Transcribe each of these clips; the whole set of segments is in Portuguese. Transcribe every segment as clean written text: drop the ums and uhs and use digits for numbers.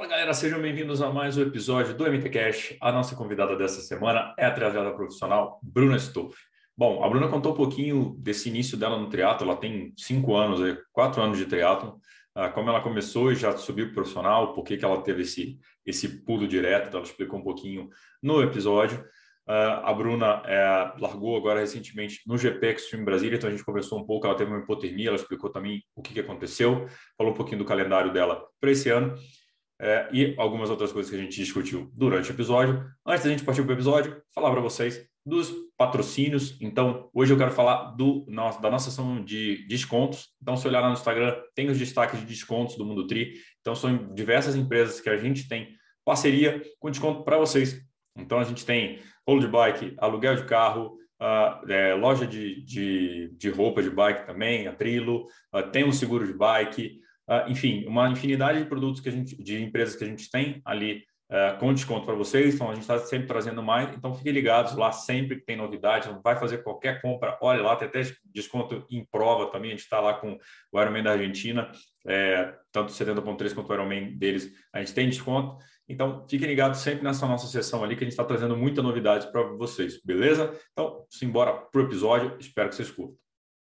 Fala galera, sejam bem-vindos a mais um episódio do MTCast. A nossa convidada dessa semana é a triatleta profissional Bruna Stolf. Bom, a Bruna contou um pouquinho desse início dela no triatlo. Ela tem 5 anos, 4 anos de triatlo, como ela começou e já subiu pro profissional, por que ela teve esse pulo direto, ela explicou um pouquinho no episódio. A Bruna largou agora recentemente no GP Extreme Brasília, então a gente conversou um pouco, ela teve uma hipotermia, ela explicou também o que aconteceu, falou um pouquinho do calendário dela para esse ano. E algumas outras coisas que a gente discutiu durante o episódio. Antes da gente partir para o episódio, falar para vocês dos patrocínios. Então, hoje eu quero falar da nossa ação de descontos. Então, se olhar lá no Instagram, tem os destaques de descontos do Mundo Tri. Então, são diversas empresas que a gente tem parceria com desconto para vocês. Então, a gente tem rolo de bike, aluguel de carro, loja de roupa de bike também, a Trilo, tem um seguro de bike, enfim, uma infinidade de produtos de empresas que a gente tem ali com desconto para vocês. Então, a gente está sempre trazendo mais. Então, fiquem ligados lá sempre que tem novidade. Não vai fazer qualquer compra. Olha lá, tem até desconto em prova também. A gente está lá com o Ironman da Argentina, tanto o 70.3 quanto o Ironman deles. A gente tem desconto. Então, fiquem ligados sempre nessa nossa sessão ali, que a gente está trazendo muita novidade para vocês, beleza? Então, simbora para o episódio. Espero que vocês curtam.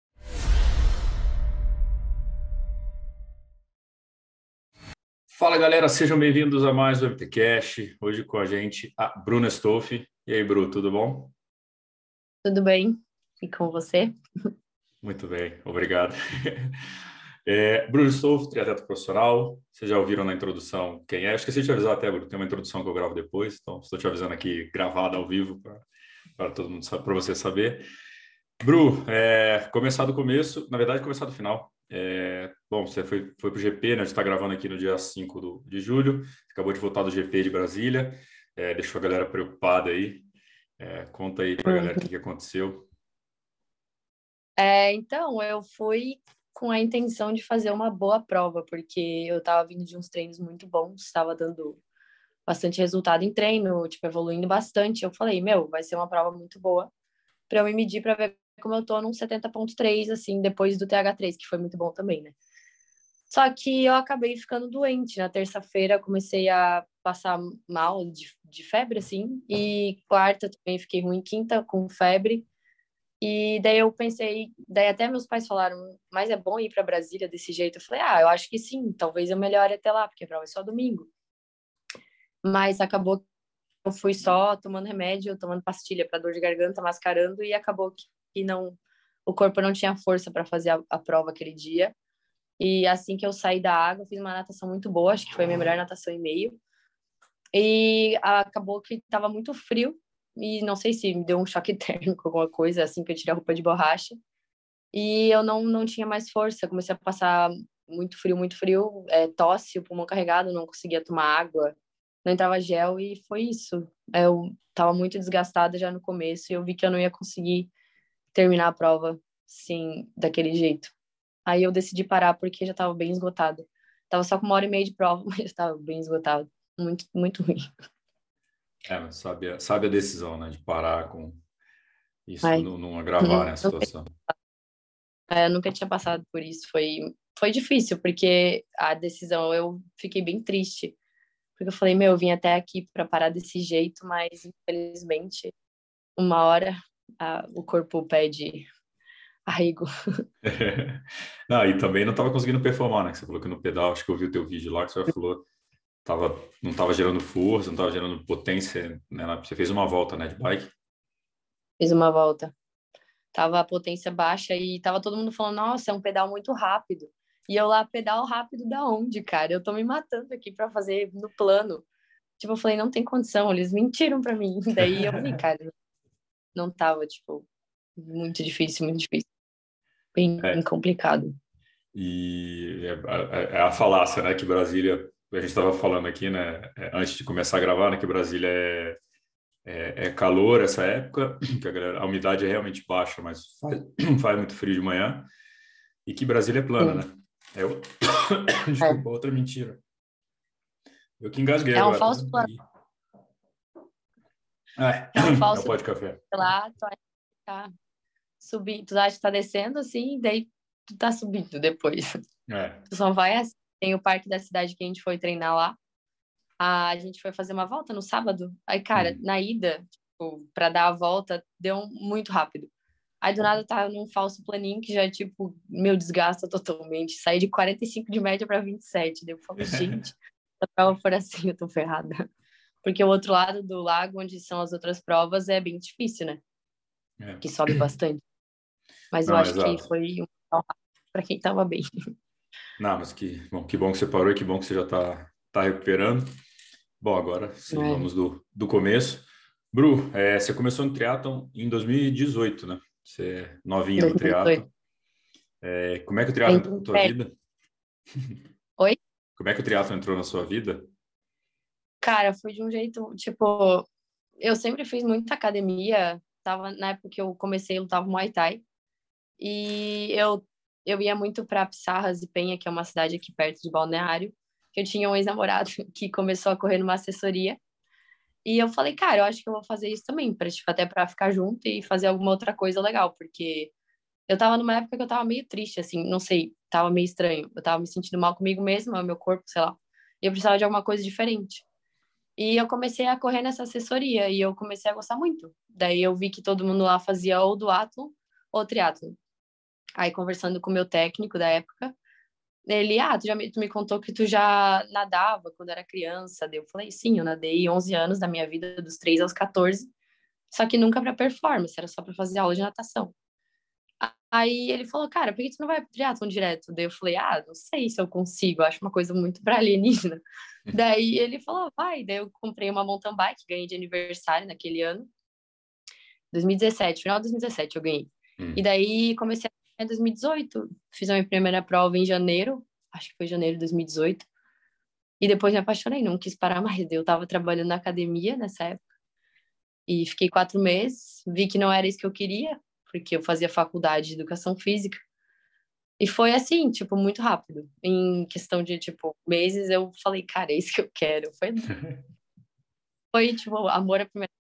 Fala galera, sejam bem-vindos a mais um MTCast. Hoje com a gente a Bruna Stolf. E aí, Bru, tudo bom? Tudo bem? E com você? Muito bem, obrigado. Bruna Stolf, triatleta profissional. Vocês já ouviram na introdução quem é? Esqueci de te avisar até, Bru, tem uma introdução que eu gravo depois, então estou te avisando aqui, gravada ao vivo, para todo mundo, para você saber. Bru, começar do começo, na verdade, começar do final. Bom, você foi para o GP, né? A gente está gravando aqui no dia 5 de julho, acabou de voltar do GP de Brasília, deixou a galera preocupada aí. Conta aí para a galera o que aconteceu. Então, eu fui com a intenção de fazer uma boa prova, porque eu estava vindo de uns treinos muito bons, estava dando bastante resultado em treino, tipo, evoluindo bastante. Eu falei, vai ser uma prova muito boa para eu me medir para ver como eu tô num 70.3, assim, depois do TH3, que foi muito bom também, né? Só que eu acabei ficando doente. Na terça-feira comecei a passar mal de febre, assim, e quarta também fiquei ruim, quinta com febre. E daí eu pensei, daí até meus pais falaram, mas é bom ir para Brasília desse jeito? Eu falei, eu acho que sim, talvez eu melhore até lá, porque a prova é só domingo. Mas acabou que eu fui só tomando remédio, tomando pastilha para dor de garganta, mascarando, e acabou que não, o corpo não tinha força para fazer a prova aquele dia. E assim que eu saí da água, eu fiz uma natação muito boa, acho que foi a minha melhor natação e meio. E acabou que estava muito frio, e não sei se me deu um choque térmico, alguma coisa, assim que eu tirei a roupa de borracha. E eu não tinha mais força, comecei a passar muito frio, tosse, o pulmão carregado, não conseguia tomar água, não entrava gel, e foi isso. Eu estava muito desgastada já no começo, e eu vi que eu não ia conseguir terminar a prova, sim, daquele jeito. Aí eu decidi parar porque já estava bem esgotada. Tava só com 1h30 de prova, mas estava bem esgotada. Muito, muito ruim. Mas sabe a decisão, né, de parar com isso, Ai, não agravar, né, a situação. eu nunca tinha passado por isso. Foi difícil, porque a decisão, eu fiquei bem triste. Porque eu falei, eu vim até aqui para parar desse jeito, mas infelizmente, uma hora o corpo pede arrego. Não, e também não estava conseguindo performar, né? Que você falou que no pedal, acho que eu vi o teu vídeo lá, que você já falou, não estava gerando força, não estava gerando potência, né? Você fez uma volta, né, de bike. Fiz uma volta. Tava a potência baixa e tava todo mundo falando, nossa, é um pedal muito rápido. E eu lá, pedal rápido da onde, cara? Eu tô me matando aqui para fazer no plano. Tipo, eu falei, não tem condição, eles mentiram para mim. Daí eu vi, cara, não tava, tipo, muito difícil, muito difícil. Bem É, complicado. e é a falácia, né, que Brasília, a gente estava falando aqui, né, antes de começar a gravar, né, que Brasília é calor essa época, que a umidade é realmente baixa, mas faz muito frio de manhã, e que Brasília é plana, Sim. né? É. Desculpa, outra mentira. Eu que engasguei É um agora, falso plano. É um é o falso pó de café. lá, tu acha que tá subindo, tu acha que tá descendo assim, daí tu tá subindo depois. É. Tu só vai assim. Tem o parque da cidade que a gente foi treinar lá. a gente foi fazer uma volta no sábado. Aí, cara, na ida, tipo, pra dar a volta, deu muito rápido. Aí, do nada, eu tava num falso planinho que já, tipo, meu, desgasta totalmente. Saí de 45 de média pra 27. Daí eu falei, gente, se a prova for assim, eu tô ferrada. Porque o outro lado do lago, onde são as outras provas, é bem difícil, né? É. Que sobe bastante. Mas eu Não, acho que exato. foi um para quem tava bem. Não, mas que bom que você parou e que bom que você já tá recuperando. Bom, agora sim, É, vamos do começo. Bru, você começou no triatlon em 2018, né? Você é novinha no triatlon. 2018. Como é que o triatlon entrou na tua É, vida? oi? Como é que o triatlon entrou na sua vida? Cara, foi de um jeito, tipo, eu sempre fiz muita academia. Tava, na época que eu comecei, eu lutava Muay Thai. E eu ia muito para Pissarras e Penha, que é uma cidade aqui perto de Balneário, que eu tinha um ex-namorado que começou a correr numa assessoria. E eu falei, cara, eu acho que eu vou fazer isso também, para tipo, até para ficar junto e fazer alguma outra coisa legal, porque eu tava numa época que eu tava meio triste, assim, não sei, tava meio estranho. Eu tava me sentindo mal comigo mesma, meu corpo, sei lá. E eu precisava de alguma coisa diferente. E eu comecei a correr nessa assessoria e eu comecei a gostar muito. Daí eu vi que todo mundo lá fazia ou duatlon ou triatlon. Aí conversando com o meu técnico da época, ele, tu me contou que tu já nadava quando era criança. Daí eu falei, sim, eu nadei 11 anos da minha vida, dos 3 aos 14, só que nunca para performance, era só para fazer aula de natação. Aí ele falou, cara, por que tu não vai pro triatlon direto? Daí eu falei, não sei se eu consigo, acho uma coisa muito pra alienígena. Daí ele falou, vai. Daí eu comprei uma mountain bike, ganhei de aniversário naquele ano, 2017, final de 2017 eu ganhei. E Hum. daí comecei em 2018, fiz a minha primeira prova em janeiro, acho que foi janeiro de 2018. E depois me apaixonei, não quis parar mais. Eu tava trabalhando na academia nessa época e fiquei 4 meses, vi que não era isso que eu queria, porque eu fazia faculdade de educação física. E foi assim, tipo, muito rápido. Em questão de, tipo, meses, eu falei, cara, é isso que eu quero. Foi tipo, amor à primeira.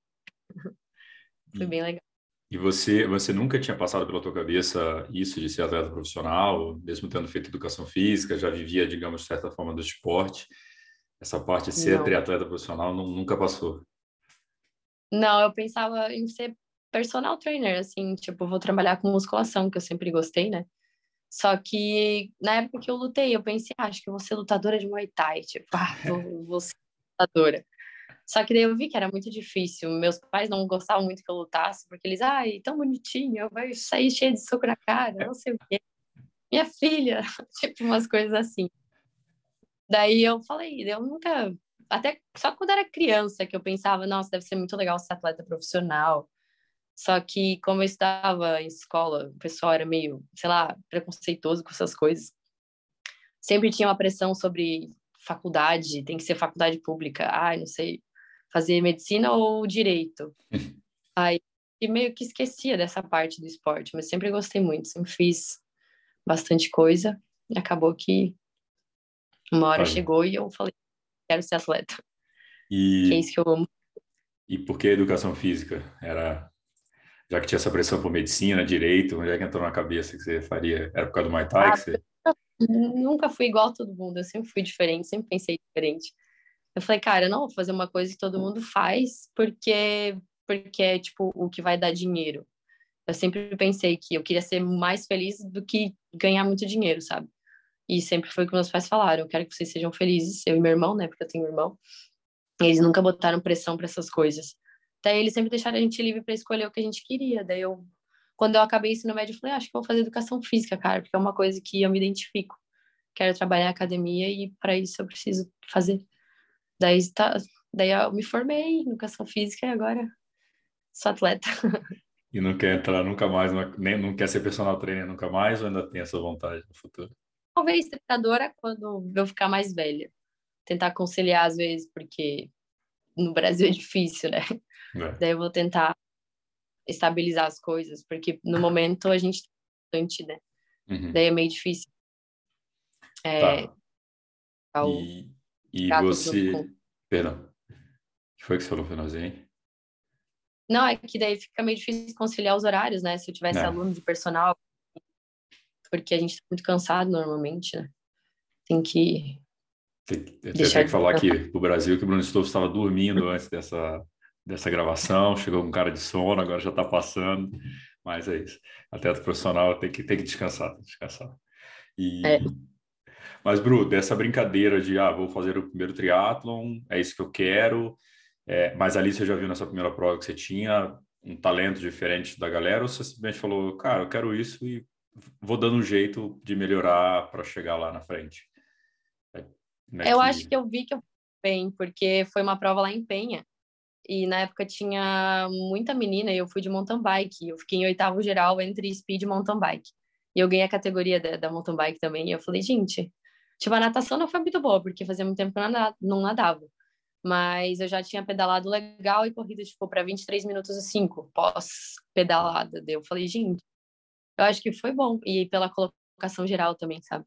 Foi E, bem legal. e você nunca tinha passado pela tua cabeça isso de ser atleta profissional, mesmo tendo feito educação física, já vivia, digamos, de certa forma do esporte. Essa parte de ser Não. triatleta profissional nunca passou. Não, eu pensava em ser personal trainer, assim, tipo, vou trabalhar com musculação, que eu sempre gostei, né? Só que na época que eu lutei, eu pensei, acho que eu vou ser lutadora de Muay Thai, tipo, vou ser lutadora. Só que daí eu vi que era muito difícil. Meus pais não gostavam muito que eu lutasse, porque eles, ai, tão bonitinho, vai sair cheio de soco na cara, não sei o quê. Minha filha, tipo, umas coisas assim. Daí eu falei, eu nunca. Até só quando era criança que eu pensava, nossa, deve ser muito legal ser atleta profissional. Só que, como eu estava em escola, o pessoal era meio, sei lá, preconceituoso com essas coisas. Sempre tinha uma pressão sobre faculdade, tem que ser faculdade pública. Ai, não sei, fazer medicina ou direito. Aí, e meio que esquecia dessa parte do esporte, mas sempre gostei muito, sempre fiz bastante coisa. E acabou que uma hora Olha, chegou e eu falei, quero ser atleta, que é e, isso que eu amo. e por que educação física? Já que tinha essa pressão por medicina, direito, onde é que entrou na cabeça que você faria? Era por causa do Muay Thai que Ah, você... nunca fui igual a todo mundo, eu sempre fui diferente, sempre pensei diferente. Eu falei, cara, eu não vou fazer uma coisa que todo mundo faz porque é tipo o que vai dar dinheiro. Eu sempre pensei que eu queria ser mais feliz do que ganhar muito dinheiro, sabe? E sempre foi o que meus pais falaram, eu quero que vocês sejam felizes, eu e meu irmão, né, porque eu tenho um irmão. Eles nunca botaram pressão para essas coisas. Daí eles sempre deixaram a gente livre para escolher o que a gente queria. Daí eu, quando eu acabei o ensino médio, eu falei, acho que eu vou fazer educação física, cara, porque é uma coisa que eu me identifico. Quero trabalhar em academia e para isso eu preciso fazer. Daí, daí eu me formei em educação física e agora sou atleta. E não quer entrar nunca mais, nem, não quer ser personal trainer nunca mais, ou ainda tem essa vontade no futuro? Talvez treinadora quando eu ficar mais velha. Tentar conciliar às vezes, porque no Brasil é difícil, né? É. Daí eu vou tentar estabilizar as coisas, porque no momento a gente tá bastante, né? Daí Uhum. é meio difícil Tá. ficar o E, e gato junto com. você... Perdão, o que foi que você falou no finalzinho, hein? Não, é que daí fica meio difícil conciliar os horários, né? Se eu tivesse É. aluno de personal, porque a gente tá muito cansado normalmente, né? Tem que. Eu tenho até deixar que de falar descansar. aqui pro Brasil que o Bruno Stoff estava dormindo antes dessa gravação, chegou com cara de sono, agora já está passando, mas é isso. Atleta profissional tem que descansar, tem que descansar. É, E, mas, Bru, dessa brincadeira de, vou fazer o primeiro triatlon, é isso que eu quero, mas ali você já viu nessa primeira prova que você tinha um talento diferente da galera, ou você simplesmente falou, cara, eu quero isso e vou dando um jeito de melhorar para chegar lá na frente? Como é eu acho que... que eu vi que eu fui bem, porque foi uma prova lá em Penha. E na época tinha muita menina e eu fui de mountain bike. Eu fiquei em oitavo geral entre speed e mountain bike. E eu ganhei a categoria da mountain bike também. E eu falei, gente, tipo, a natação não foi muito boa, porque fazia muito tempo que eu não nadava. Mas eu já tinha pedalado legal e corrido, tipo, para 23 minutos e 5 pós-pedalada. Daí eu falei, gente, eu acho que foi bom. E pela colocação geral também, sabe?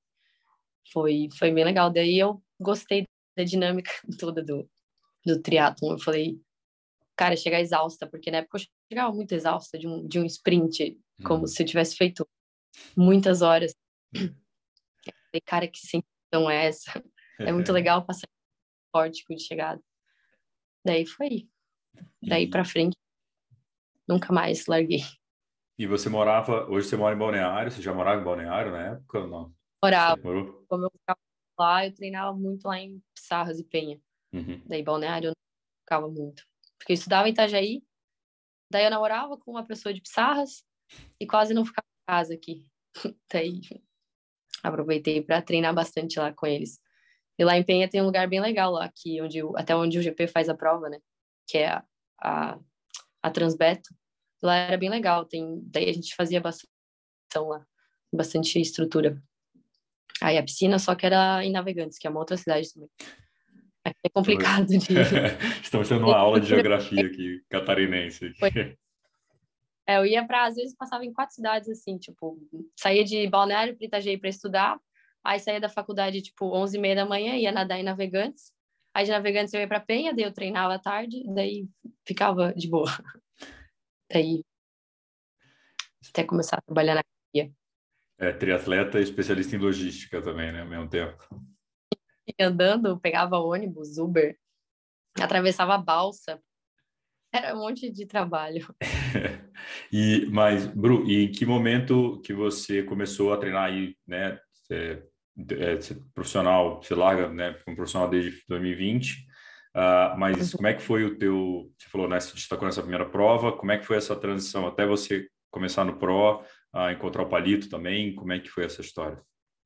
Foi bem legal. Daí eu gostei da dinâmica toda do triatlon. Eu falei, cara, chegar exausta, porque na época eu chegava muito exausta de um sprint, como Hum. se eu tivesse feito muitas horas. Falei, cara, que sensação é essa? É muito legal passar pórtico de chegada. Daí foi. Daí pra E, frente, nunca mais larguei. e hoje você mora em Balneário, você já morava em Balneário na época ou não? Você Morava, morou? como eu ficava lá, eu treinava muito lá em Pissarras e Penha. Uhum. Daí Balneário eu não ficava muito. Porque eu estudava em Itajaí, daí eu namorava com uma pessoa de Pissarras e quase não ficava em casa aqui. Daí aproveitei para treinar bastante lá com eles. E lá em Penha tem um lugar bem legal lá, até onde o GP faz a prova, né? Que é a, a Transbeto. Lá era bem legal, daí a gente fazia bastante lá, bastante estrutura. Aí a piscina só que era em Navegantes, que é uma outra cidade também. É Estamos, complicado de ir. estamos tendo uma aula de geografia aqui, catarinense. Eu ia para, às vezes, passava em 4 cidades, assim, tipo, saía de Balneário para Itajaí para estudar, aí saía da faculdade, tipo, 11h30 da manhã, ia nadar em Navegantes, aí de Navegantes eu ia para Penha, daí eu treinava à tarde, daí ficava de boa. Daí até começar a trabalhar na academia. Triatleta e especialista em logística também, né, ao mesmo tempo. E andando, pegava ônibus, Uber, atravessava a balsa, era um monte de trabalho. Mas, Bru, e em que momento que você começou a treinar aí, né? Você profissional, você larga, né, como profissional desde 2020, mas como é que foi você falou, né, se destacou nessa primeira prova, como é que foi essa transição até você começar no Pro, encontrar o Palito também, como é que foi essa história?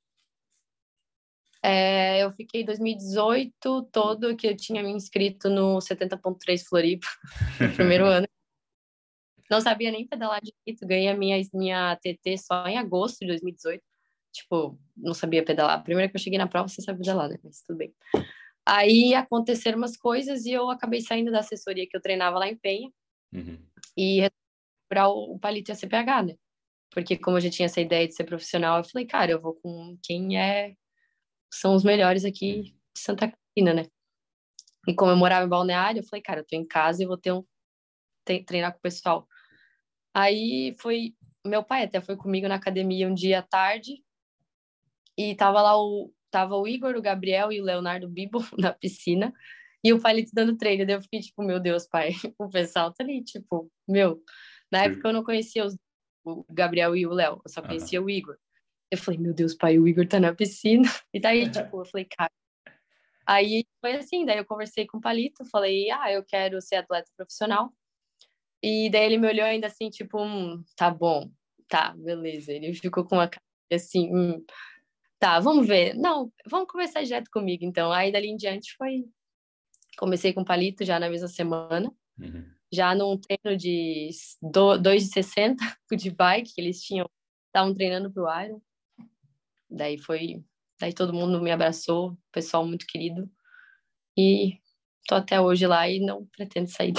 Eu fiquei 2018 todo que eu tinha me inscrito no 70.3 Floripa, no primeiro ano. Não sabia nem pedalar direito, ganhei a minha TT só em agosto de 2018. Tipo, não sabia pedalar. Primeiro que eu cheguei na prova, você sabe pedalar, né? Mas tudo bem. Aí aconteceram umas coisas e eu acabei saindo da assessoria que eu treinava lá em Penha Uhum. e resolvi procurar o Palito e a CPH, né? Porque como eu já tinha essa ideia de ser profissional, eu falei, cara, eu vou com quem são os melhores aqui Uhum. de Santa Catarina, né? E como eu morava em Balneário, eu falei, cara, eu tô em casa e vou treinar com o pessoal. Aí foi, meu pai até foi comigo na academia um dia à tarde e tava o Igor, o Gabriel e o Leonardo Bibo na piscina e o Palito dando treino. Daí eu fiquei tipo, meu Deus, pai, o pessoal tá ali, tipo, meu. Na época eu não conhecia o Gabriel e o Léo, eu só conhecia Aham. o Igor. Eu falei, meu Deus, pai, o Igor tá na piscina. E daí, tipo, eu falei, cara. Aí foi assim, daí eu conversei com o Palito, falei, eu quero ser atleta profissional. E daí ele me olhou ainda assim, tipo, tá bom, tá, beleza. Ele ficou com uma cara assim, tá, vamos ver. Não, vamos começar direto comigo, então. Aí dali em diante comecei com o Palito já na mesma semana, Uhum. já num treino de 2,60 de bike, que eles estavam treinando pro Iron. Daí daí todo mundo me abraçou, pessoal muito querido. E tô até hoje lá e não pretendo sair.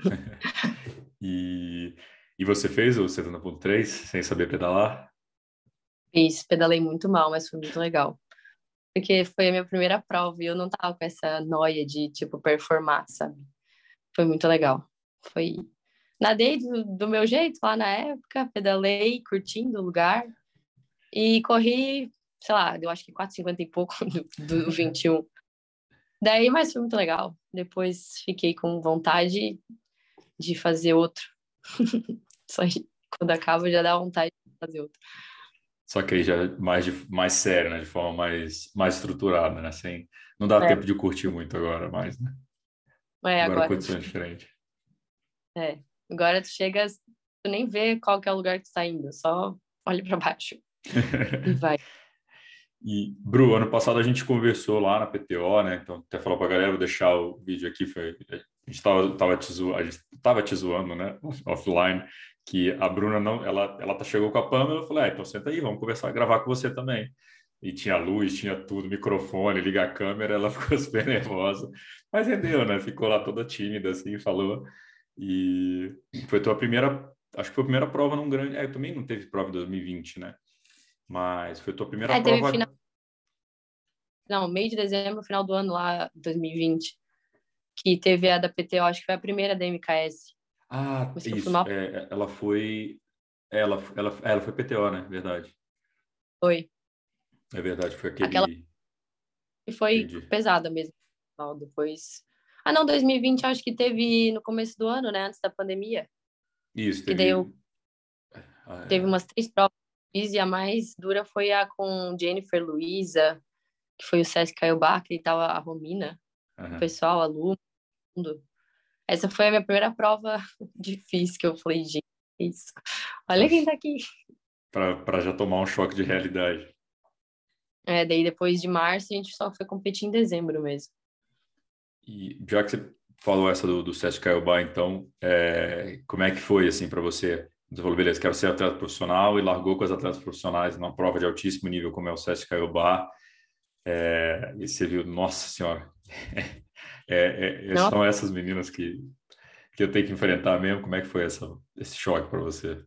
E, e você fez o 70.3 sem saber pedalar? Fiz, pedalei muito mal, mas foi muito legal. Porque foi a minha primeira prova e eu não tava com essa noia de, tipo, performar, sabe? Foi muito legal. Foi. Nadei do meu jeito lá na época, pedalei, curtindo o lugar e corri, sei lá, eu acho que 4,50 e pouco do 21. Daí, mas foi muito legal. Depois fiquei com vontade de fazer outro. Só que quando acaba já dá vontade de fazer outro. Só que aí já é mais sério, né? De forma mais estruturada, né? Sem, não dá tempo de curtir muito agora mais, né? Agora Agora. condições diferentes. Agora tu chega, tu nem vê qual que é o lugar que tu tá indo, só olha para baixo e vai. E, Bru, ano passado a gente conversou lá na PTO, né? Então, até falar pra galera, vou deixar o vídeo aqui. A gente a gente tava te zoando, né? Offline, que a Bruna não, ela chegou com a Pamela, eu falei, então senta aí, vamos conversar, gravar com você também. E tinha luz, tinha tudo, microfone, liga a câmera, ela ficou super nervosa. Mas rendeu, né? Ficou lá toda tímida, assim, falou. E foi tua primeira, acho que foi a primeira prova num grande. Também não teve prova em 2020, né? Mas foi tua primeira Teve final, prova. não, meio de dezembro, final do ano lá, 2020, que teve a da PTO, acho que foi a primeira da MKS. Ah, Mas que eu fui isso. mal, Ela foi. Ela foi PTO, né? Verdade. foi. É verdade, foi Aquela aquele. que foi Entendi. pesada mesmo. Depois. Ah, não, 2020 acho que teve no começo do ano, né? Antes da pandemia. Isso, Que daí eu teve. teve É, umas 3 provas que eu fiz, e a mais dura foi a com Jennifer Luiza, que foi o Sesc Caiobá, que tava a Romina, o aham. pessoal, aluno, mundo. Essa foi a minha primeira prova difícil, que eu falei, gente, isso. Olha quem tá aqui. Para já tomar um choque de realidade. Daí depois de março a gente só foi competir em dezembro mesmo. E já que você falou essa do Sesc Caiobá, então, como é que foi assim para você? Você falou, beleza, quero ser atleta profissional e largou com as atletas profissionais numa prova de altíssimo nível como é o Sesc Caiobá. E você viu, nossa senhora, Não, são essas meninas que eu tenho que enfrentar mesmo. Como é que foi esse choque para você?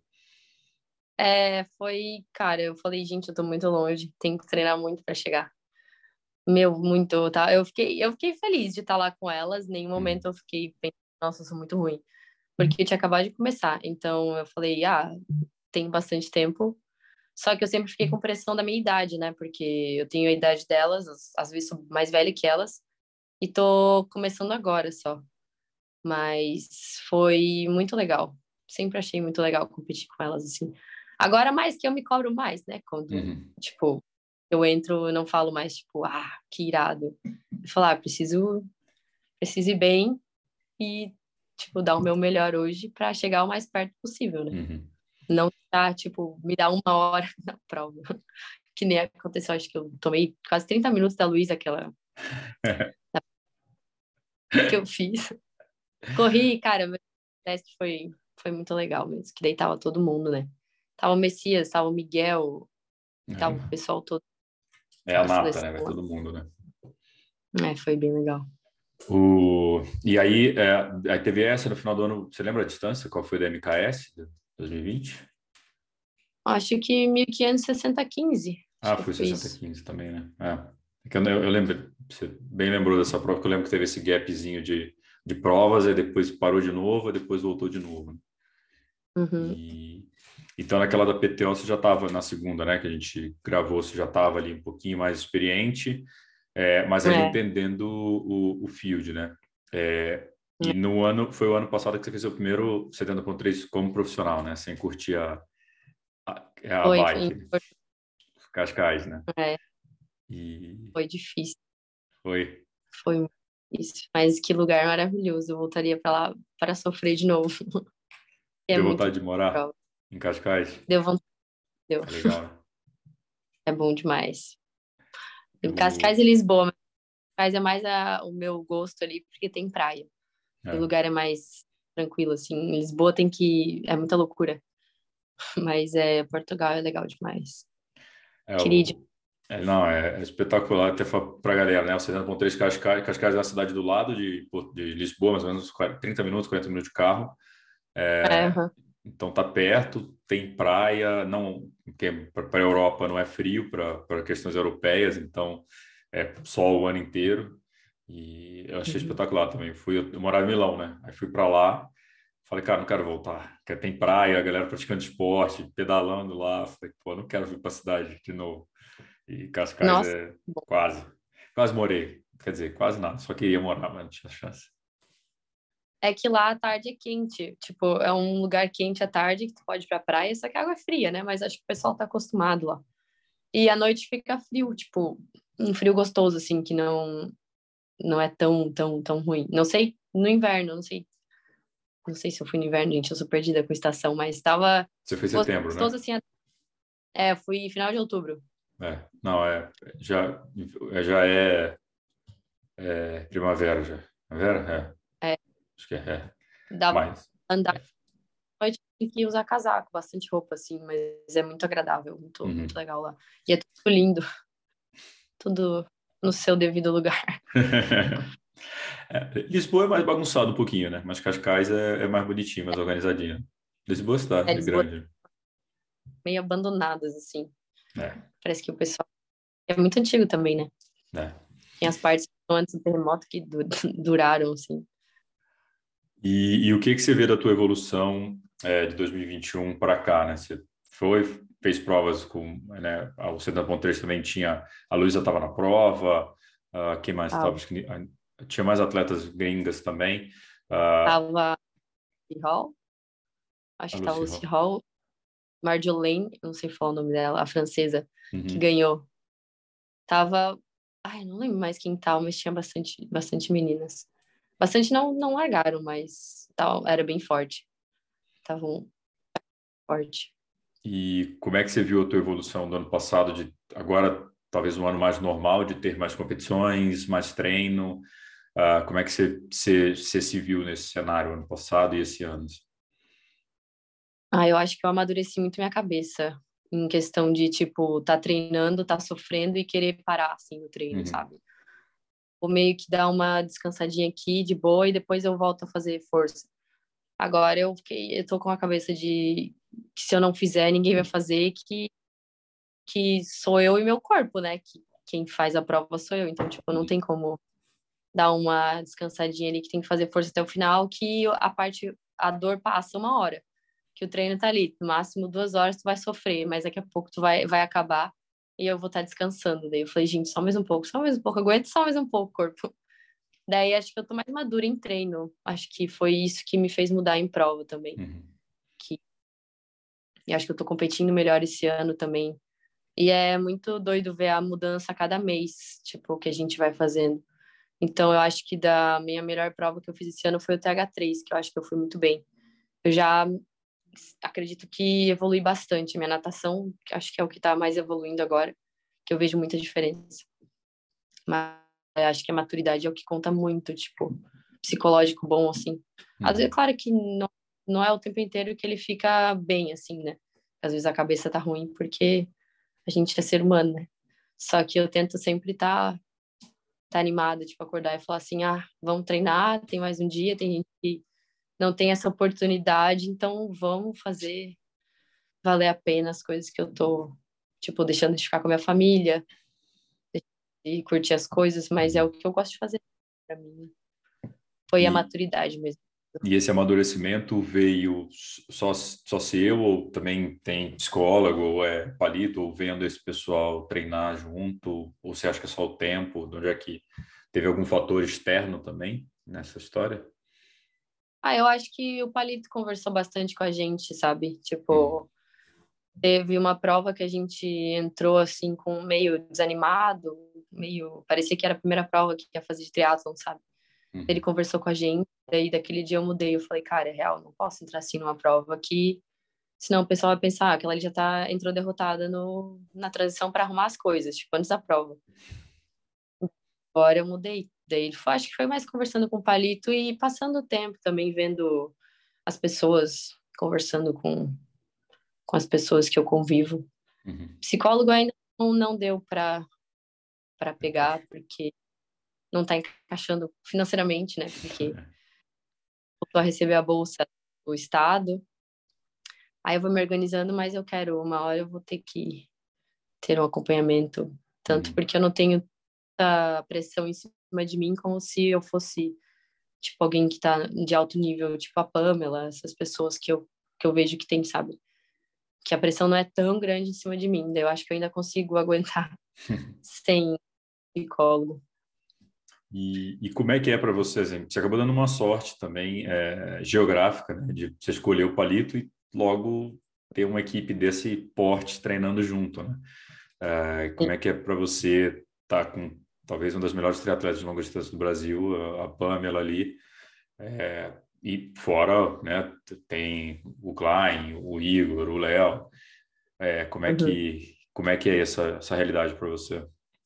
foi, cara, eu falei, gente, eu tô muito longe, tenho que treinar muito para chegar. Meu, muito, tá? Eu fiquei feliz de estar lá com elas, em nenhum momento Uhum. eu fiquei pensando, nossa, eu sou muito ruim, porque eu tinha acabado de começar. Então eu falei, tem bastante tempo. Só que eu sempre fiquei com pressão da minha idade, né? Porque eu tenho a idade delas, às vezes sou mais velha que elas, e tô começando agora só. Mas foi muito legal. Sempre achei muito legal competir com elas, assim. Agora mais que eu me cobro mais, né? Quando, Uhum. tipo, eu entro, eu não falo mais, tipo, que irado. Eu falo, preciso ir bem e, tipo, dar o meu melhor hoje para chegar o mais perto possível, né? Uhum. Não tá, tipo, me dar 1 hora na prova. Que nem aconteceu, acho que eu tomei quase 30 minutos da Luísa, aquela que eu fiz. Corri, cara, meu teste foi muito legal mesmo, que daí tava todo mundo, né? Tava o Messias, tava o Miguel, tava o pessoal todo É a da nata, né? seleção Vai lá. todo mundo, né? Foi bem legal. E aí, aí teve essa no final do ano. Você lembra a distância? Qual foi da MKS de 2020? Acho que 1560-15, acho Ah, que eu foi fiz. 60-15 também, né? É que eu lembro, você bem lembrou dessa prova, que eu lembro que teve esse gapzinho de provas, aí depois parou de novo, e depois voltou de novo, né? Uhum. E então naquela da PTO você já estava na segunda, né? Que a gente gravou, você já estava ali um pouquinho mais experiente, mas ainda É, entendendo o field, né? E é. foi o ano passado que você fez o primeiro 70.3 como profissional, né? Sem curtir a Foi, bike, Cascais, né? é, E foi difícil, foi. foi muito difícil. Mas que lugar maravilhoso, eu voltaria para lá para sofrer de novo. É Deu muito vontade de morar legal. em Cascais? Deu vontade, deu. É legal, né? É bom demais. Em Cascais O, e Lisboa, mas Cascais é mais o meu gosto ali, porque tem praia. E o é, lugar é mais tranquilo, assim. Em Lisboa tem que. É muita loucura. Mas Portugal é legal demais. é Queria ir de... não, é espetacular até para a galera, né? O 70.3 Cascais, Cascais é uma cidade do lado de Lisboa, mais ou menos 30 minutos, 40 minutos de carro. É, Aham. então tá perto, tem praia, não, porque para a Europa não é frio para questões europeias, então é sol o ano inteiro. E eu achei Uhum. espetacular também. Eu morava em Milão, né? Aí fui para lá, falei, cara, não quero voltar. Porque tem praia, a galera praticando esporte, pedalando lá. Falei, pô, não quero vir para a cidade de novo. E Cascais Nossa, é bom. quase morei. Quer dizer, quase nada, só queria morar, mas não tinha chance. É que lá à tarde é quente, tipo, é um lugar quente à tarde que tu pode ir pra praia, só que a água é fria, né? Mas acho que o pessoal tá acostumado lá. E à noite fica frio, tipo, um frio gostoso, assim, que não é tão ruim. Não sei, no inverno, não sei. Não sei se eu fui no inverno, gente, eu sou perdida com estação, mas tava Você foi em setembro, gostoso, né? assim. É, fui final de outubro. Não, já, já é primavera já. Primavera? É, Acho que é. dava pra Mas, andar à noite, tem que usar casaco, bastante roupa, assim, mas é muito agradável, muito uhum. legal lá. E é tudo lindo, tudo no seu devido lugar. Lisboa é mais bagunçado um pouquinho, né? Mas Cascais é mais bonitinho, mais organizadinho. Lisboa é É, cidade, é Lisboa grande. meio abandonadas, assim. É, Parece que o pessoal... É muito antigo também, né? né? Tem as partes que estão antes do terremoto que duraram, assim. E o que que você vê da tua evolução de 2021 para cá, né? Você fez provas com, né? O 70.3 também tinha, a Luísa estava na prova, quem mais Ah, estava? Tinha mais atletas gringas também. Ah, tava Lucy Hall, acho a que tava Lucy Lucy Hall. Hall, Marjolaine, não sei falar o nome dela, a francesa, que Uhum. ganhou. Tava... Ai, não lembro mais quem tava, mas tinha bastante meninas. Bastante não largaram, mas era bem forte. Estavam forte. E como é que você viu a tua evolução do ano passado, de agora talvez um ano mais normal, de ter mais competições, mais treino? Como é que você se viu nesse cenário ano passado e esse ano? Ah, eu acho que eu amadureci muito minha cabeça em questão de, tipo, tá treinando, tá sofrendo e querer parar, assim, no treino, Uhum. sabe? Ou meio que dar uma descansadinha aqui, de boa, e depois eu volto a fazer força. Agora eu tô com a cabeça de que se eu não fizer, ninguém vai fazer, que sou eu e meu corpo, né? Que quem faz a prova sou eu. Então, tipo, não tem como dar uma descansadinha ali, que tem que fazer força até o final, que a dor passa uma hora. Que o treino tá ali, no máximo 2 horas tu vai sofrer, mas daqui a pouco tu vai acabar e eu vou estar descansando. Daí eu falei, gente, só mais um pouco, aguenta só mais um pouco, corpo. Daí acho que eu tô mais madura em treino. Acho que foi isso que me fez mudar em prova também. Uhum. Que, e acho que eu tô competindo melhor esse ano também. E é muito doido ver a mudança a cada mês, tipo, que a gente vai fazendo. Então, eu acho que da minha melhor prova que eu fiz esse ano foi o TH3, que eu acho que eu fui muito bem. Eu já acredito que evolui bastante. Minha natação, que acho que é o que está mais evoluindo agora, que eu vejo muita diferença. Mas eu acho que a maturidade é o que conta muito, tipo, psicológico bom, assim. Às vezes, Uhum. claro que não é o tempo inteiro que ele fica bem, assim, né? Às vezes a cabeça tá ruim porque a gente é ser humano, né? Só que eu tento sempre tá animada, tipo, acordar e falar assim, ah, vamos treinar, tem mais um dia, tem gente que não tem essa oportunidade, então vamos fazer valer a pena as coisas que eu tô, tipo, deixando de ficar com a minha família, de curtir as coisas, mas é o Uhum. que eu gosto de fazer pra mim. Foi a E, maturidade mesmo. e esse amadurecimento veio só seu, ou também tem psicólogo, ou é palito, ou vendo esse pessoal treinar junto, ou você acha que é só o tempo? De onde é que teve algum fator externo também nessa história? Ah, eu acho que o Palito conversou bastante com a gente, sabe? Uhum. Tipo, teve uma prova que a gente entrou assim com meio desanimado, meio, parecia que era a primeira prova que ia fazer de triatlon, sabe? Ele Uhum. conversou com a gente, daí daquele dia eu mudei, eu falei, cara, é real, não posso entrar assim numa prova que senão o pessoal vai pensar que ela já entrou derrotada na transição para arrumar as coisas, tipo, antes da prova. Agora eu mudei. Daí acho que foi mais conversando com o Palito e passando o tempo também, vendo as pessoas, conversando com as pessoas que eu convivo. Uhum. Psicólogo ainda não deu para pegar, porque não está encaixando financeiramente, né? Porque voltou a receber a bolsa do Estado. Aí eu vou me organizando, mas eu quero, uma hora eu vou ter que ter um acompanhamento, tanto Uhum. porque eu não tenho tanta pressão em cima de mim como se eu fosse, tipo, alguém que tá de alto nível, tipo a Pamela, essas pessoas que eu vejo que tem, sabe? Que a pressão não é tão grande em cima de mim. Daí eu acho que eu ainda consigo aguentar sem psicólogo. E como é que é para você? Assim, você acabou dando uma sorte também geográfica, né? De você escolher o palito e logo ter uma equipe desse porte treinando junto, né? Como é que é para você estar com talvez uma das melhores triatletas de longa distância do Brasil, a Pamela ali, e fora, né, tem o Klein, o Igor, o Léo. Uhum. Como é que é essa realidade para você?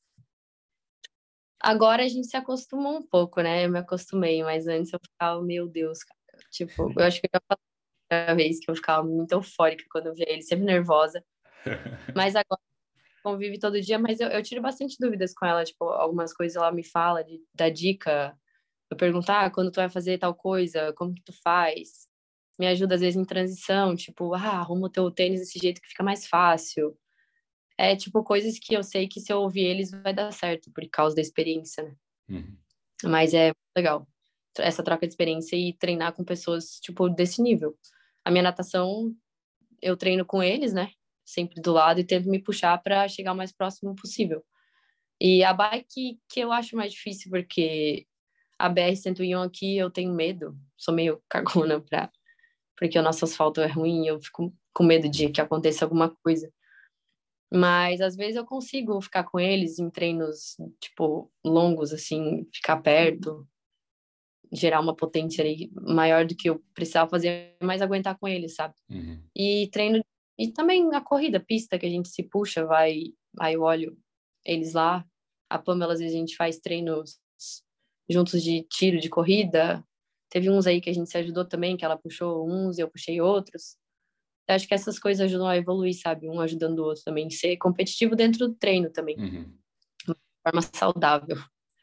Agora a gente se acostuma um pouco, né? Eu me acostumei, mas antes eu ficava, meu Deus, cara. Tipo, eu acho que eu já falei uma vez que eu ficava muito eufórica quando eu via ele, sempre nervosa. Mas agora convive todo dia, mas eu tiro bastante dúvidas com ela, tipo, algumas coisas ela me fala, dá dica. Eu perguntar quando tu vai fazer tal coisa, como que tu faz? Me ajuda às vezes em transição, tipo, arruma o teu tênis desse jeito que fica mais fácil. É tipo coisas que eu sei que se eu ouvir eles vai dar certo por causa da experiência, né? Uhum. Mas é legal essa troca de experiência e treinar com pessoas tipo desse nível. A minha natação eu treino com eles, né? Sempre do lado e tento me puxar para chegar o mais próximo possível. E a bike que eu acho mais difícil porque a BR-101 aqui eu tenho medo, sou meio cagona porque o nosso asfalto é ruim, eu fico com medo de que aconteça alguma coisa. Mas às vezes eu consigo ficar com eles em treinos, tipo, longos, assim, ficar perto, gerar uma potência ali maior do que eu precisava fazer, mas aguentar com eles, sabe? Uhum. E treino, e também a corrida, pista que a gente se puxa, aí eu olho eles lá. A Pamela, às vezes a gente faz treinos juntos de tiro, de corrida. Teve uns aí que a gente se ajudou também, que ela puxou uns e eu puxei outros. Eu acho que essas coisas ajudam a evoluir, sabe? Um ajudando o outro também. Ser competitivo dentro do treino também, Uhum. de forma saudável.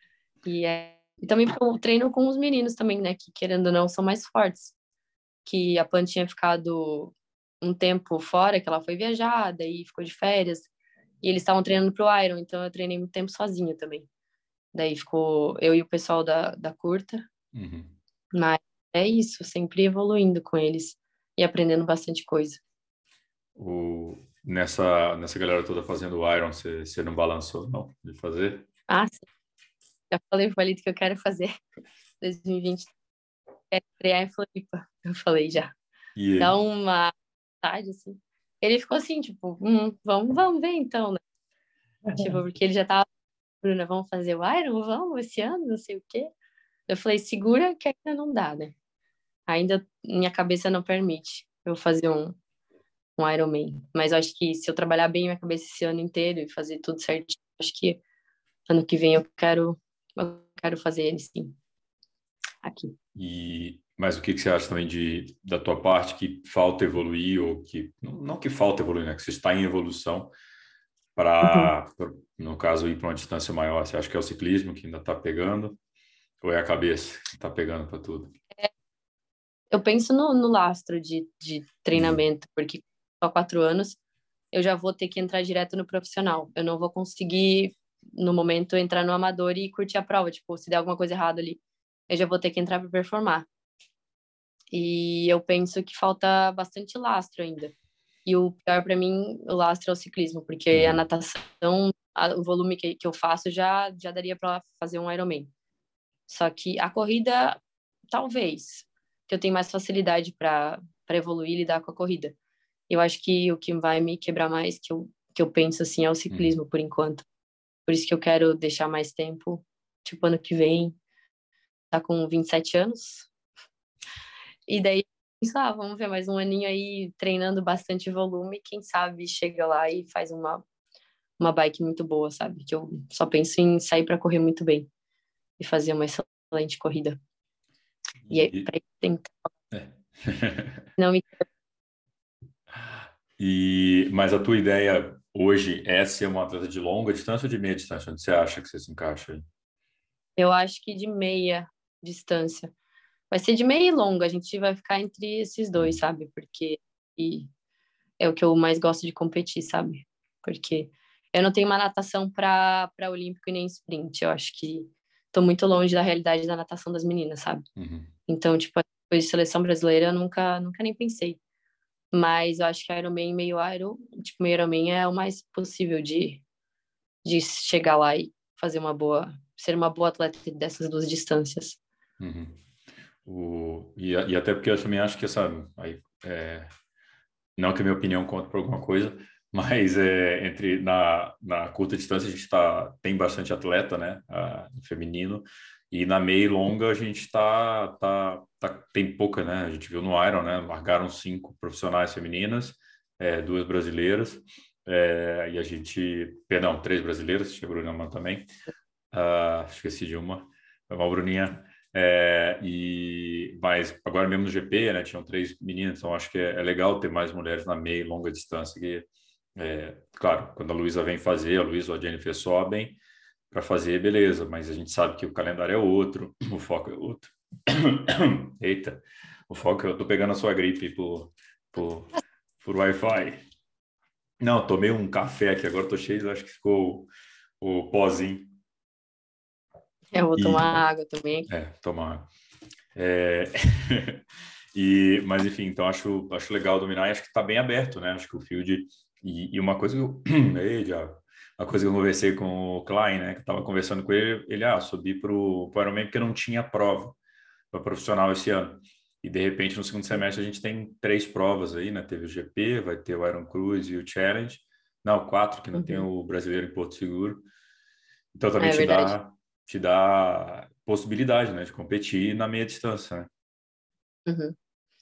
E também porque eu treino com os meninos também, né? Que querendo ou não são mais fortes. Que a Pan tinha ficado um tempo fora, que ela foi viajada e ficou de férias. E eles estavam treinando pro Iron, então eu treinei muito tempo sozinha também. Daí ficou eu e o pessoal da curta. Uhum. Mas é isso, sempre evoluindo com eles e aprendendo bastante coisa. Nessa galera toda fazendo o Iron, você não balançou, não, de fazer? Ah, sim, já falei pro Palito que eu quero fazer 2020, quero estrear em Floripa. Eu falei já. E Dá ele? uma tarde, assim. Ele ficou assim, tipo, vamos ver então, né? Tipo, porque ele já tava, Bruna, vamos fazer o Iron? Vamos esse ano, não sei o quê. Eu falei, segura que ainda não dá, né? Ainda minha cabeça não permite eu fazer um Ironman. Mas eu acho que se eu trabalhar bem minha cabeça esse ano inteiro e fazer tudo certinho, acho que ano que vem eu quero fazer ele sim, aqui. Mas o que você acha também da tua parte que falta evoluir ou que não que falta evoluir, né? Que você está em evolução Uhum. no caso, ir para uma distância maior? Você acha que é o ciclismo que ainda está pegando ou é a cabeça que está pegando para tudo? Eu penso no lastro de Uhum. treinamento, porque só 4 anos eu já vou ter que entrar direto no profissional. Eu não vou conseguir, no momento, entrar no amador e curtir a prova. Tipo, se der alguma coisa errada ali, eu já vou ter que entrar para performar. E eu penso que falta bastante lastro ainda. E o pior para mim, o lastro é o ciclismo, porque a Uhum. natação, o volume que eu faço já daria para fazer um Ironman. Só que a corrida, talvez, que eu tenho mais facilidade para evoluir e lidar com a corrida. Eu acho que o que vai me quebrar mais, que eu penso assim, é o Uhum. ciclismo, por enquanto. Por isso que eu quero deixar mais tempo, tipo, ano que vem, tá com 27 anos. E daí, penso, vamos ver mais um aninho aí treinando bastante volume, quem sabe chega lá e faz uma bike muito boa, sabe? Que eu só penso em sair para correr muito bem e fazer uma excelente corrida. E aí, E, para tem é. não me Mas a tua ideia hoje é ser uma atleta de longa distância ou de meia distância? Onde você acha que você se encaixa aí? eu acho que de meia distância. Vai ser de meia e longa, a gente vai ficar entre esses dois, Uhum. sabe? Porque e é o que eu mais gosto de competir, sabe? Porque eu não tenho uma natação para olímpico e nem sprint. Eu acho que tô muito longe da realidade da natação das meninas, sabe? Uhum. Então, tipo, a coisa de seleção brasileira eu nunca nem pensei. Mas eu acho que Ironman, meio Ironman é o mais possível de chegar lá e fazer uma boa ser uma boa atleta dessas duas distâncias. Uhum. E até porque eu também acho que essa... não que a minha opinião conte por alguma coisa, mas na curta distância a gente tem bastante atleta, né, feminino, e na meia e longa a gente tem pouca, né, a gente viu no Iron, né, largaram 5 profissionais femininas, 2 brasileiras, e a gente, perdão, 3 brasileiras, tinha a Bruna também, esqueci de uma Bruninha, mas agora mesmo no GP, né, tinham 3 meninas, então acho que é legal ter mais mulheres na meia e longa distância, que, claro, quando a Luísa vem fazer, a Luísa ou a Jennifer sobem para fazer, beleza, mas a gente sabe que o calendário é outro, o foco é outro. Eita, o foco, eu tô pegando a sua gripe por Wi-Fi. Não, tomei um café aqui, agora tô cheio, acho que ficou o pozinho. Eu vou tomar água também. Tomar. Mas enfim, então acho legal dominar e acho que está bem aberto, né? Acho que o field e uma coisa que eu uma coisa que eu conversei com o Klein, né? Que estava conversando com ele subi para o Ironman porque não tinha prova para profissional esse ano. E de repente no segundo semestre a gente tem 3 provas aí, né? Teve o GP, vai ter o Iron Cruise e o Challenge. Não, 4, que não tem o brasileiro em Porto Seguro. Então também te dá possibilidade, né, de competir na meia distância, né? Uhum.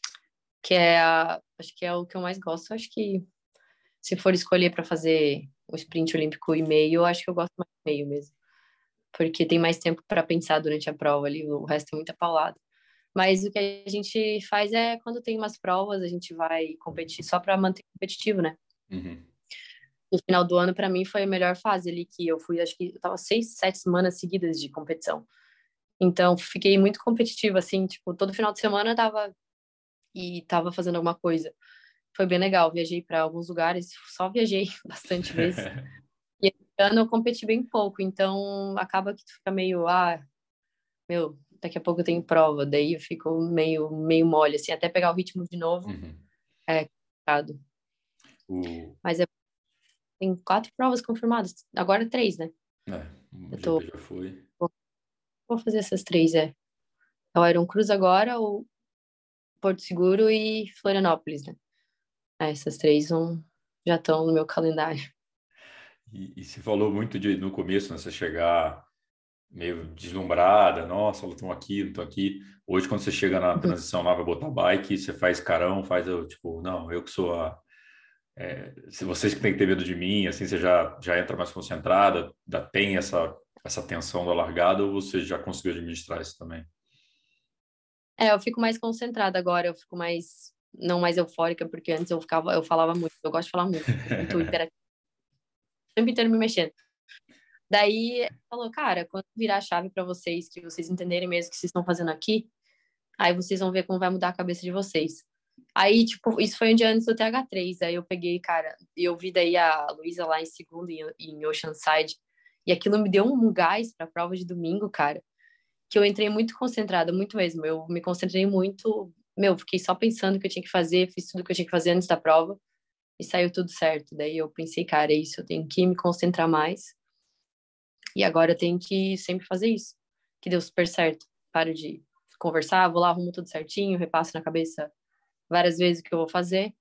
Acho que é o que eu mais gosto. Acho que se for escolher para fazer o sprint olímpico e meio, eu acho que eu gosto mais do meio mesmo, porque tem mais tempo para pensar durante a prova ali, o resto é muita paulada. Mas o que a gente faz é, quando tem umas provas, a gente vai competir só para manter competitivo, né? Uhum. No final do ano, para mim, foi a melhor fase ali, que eu fui, acho que eu tava 6, 7 semanas seguidas de competição. Então, fiquei muito competitiva, assim, tipo, todo final de semana tava fazendo alguma coisa. Foi bem legal, viajei para alguns lugares, só viajei bastante vezes. E esse ano eu competi bem pouco, então acaba que tu fica meio, meu, daqui a pouco eu tenho prova, daí eu fico meio mole, assim, até pegar o ritmo de novo, Uhum. é complicado. Mas tem 4 provas confirmadas, agora 3, né? O GP já foi. Vou fazer essas 3, é. É o Iron Cruz agora, o Porto Seguro e Florianópolis, né? Essas 3 já estão no meu calendário. E se falou muito no começo, né, você chegar meio deslumbrada, nossa, elas estão aqui, não estão aqui. Hoje, quando você chega na transição lá, vai botar bike, você faz carão, tipo, não, eu que sou se vocês que têm que ter medo de mim, assim, você já entra mais concentrada, já tem essa tensão da largada, ou você já conseguiu administrar isso também? Eu fico mais concentrada agora, eu fico não mais eufórica, porque antes eu falava muito, eu gosto de falar muito hiperativo, o tempo inteiro me mexendo. Daí, falou, cara, quando virar a chave para vocês, que vocês entenderem mesmo o que vocês estão fazendo aqui, aí vocês vão ver como vai mudar a cabeça de vocês. Aí, tipo, isso foi um dia antes do TH3, aí eu peguei, cara, e eu vi daí a Luísa lá em segundo, em Oceanside, e aquilo me deu um gás pra prova de domingo, cara, que eu entrei muito concentrada, muito mesmo, eu me concentrei muito, fiquei só pensando o que eu tinha que fazer, fiz tudo o que eu tinha que fazer antes da prova, e saiu tudo certo. Daí eu pensei, cara, é isso, eu tenho que me concentrar mais, e agora eu tenho que sempre fazer isso, que deu super certo. Paro de conversar, vou lá, arrumo tudo certinho, repasso na cabeça várias vezes o que eu vou fazer,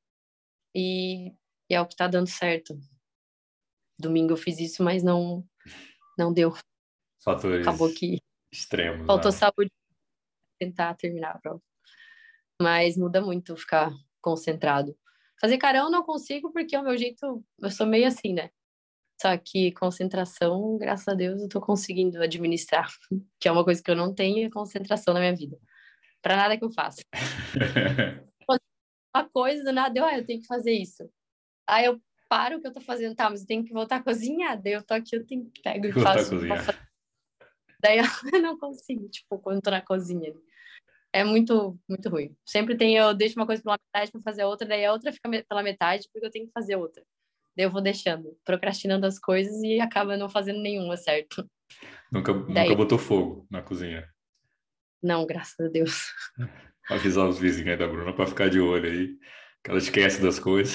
e é o que tá dando certo. Domingo eu fiz isso, mas não deu. Acabou Fatores que extremos, faltou né? saúde pra tentar terminar a prova. Mas muda muito ficar concentrado. Fazer carão eu não consigo porque é o meu jeito, eu sou meio assim, né? Só que concentração, graças a Deus, eu tô conseguindo administrar, que é uma coisa que eu não tenho, é concentração na minha vida. Pra nada que eu faça. Uma coisa do nada, eu tenho que fazer isso. Aí eu paro o que eu tô fazendo, tá, mas eu tenho que voltar a cozinhar. Daí eu tô aqui, eu pego Tem e que voltar a faço uma. cozinhar. Daí eu não consigo, tipo, quando tô na cozinha. É muito, muito ruim. Sempre eu deixo uma coisa pela metade pra fazer a outra, daí a outra fica pela metade porque eu tenho que fazer outra. Daí eu vou deixando, procrastinando as coisas e acaba não fazendo nenhuma, certo? Nunca Daí, botou fogo na cozinha. não, graças a Deus. Avisar os vizinhos aí da Bruna para ficar de olho aí, que ela esquece das coisas.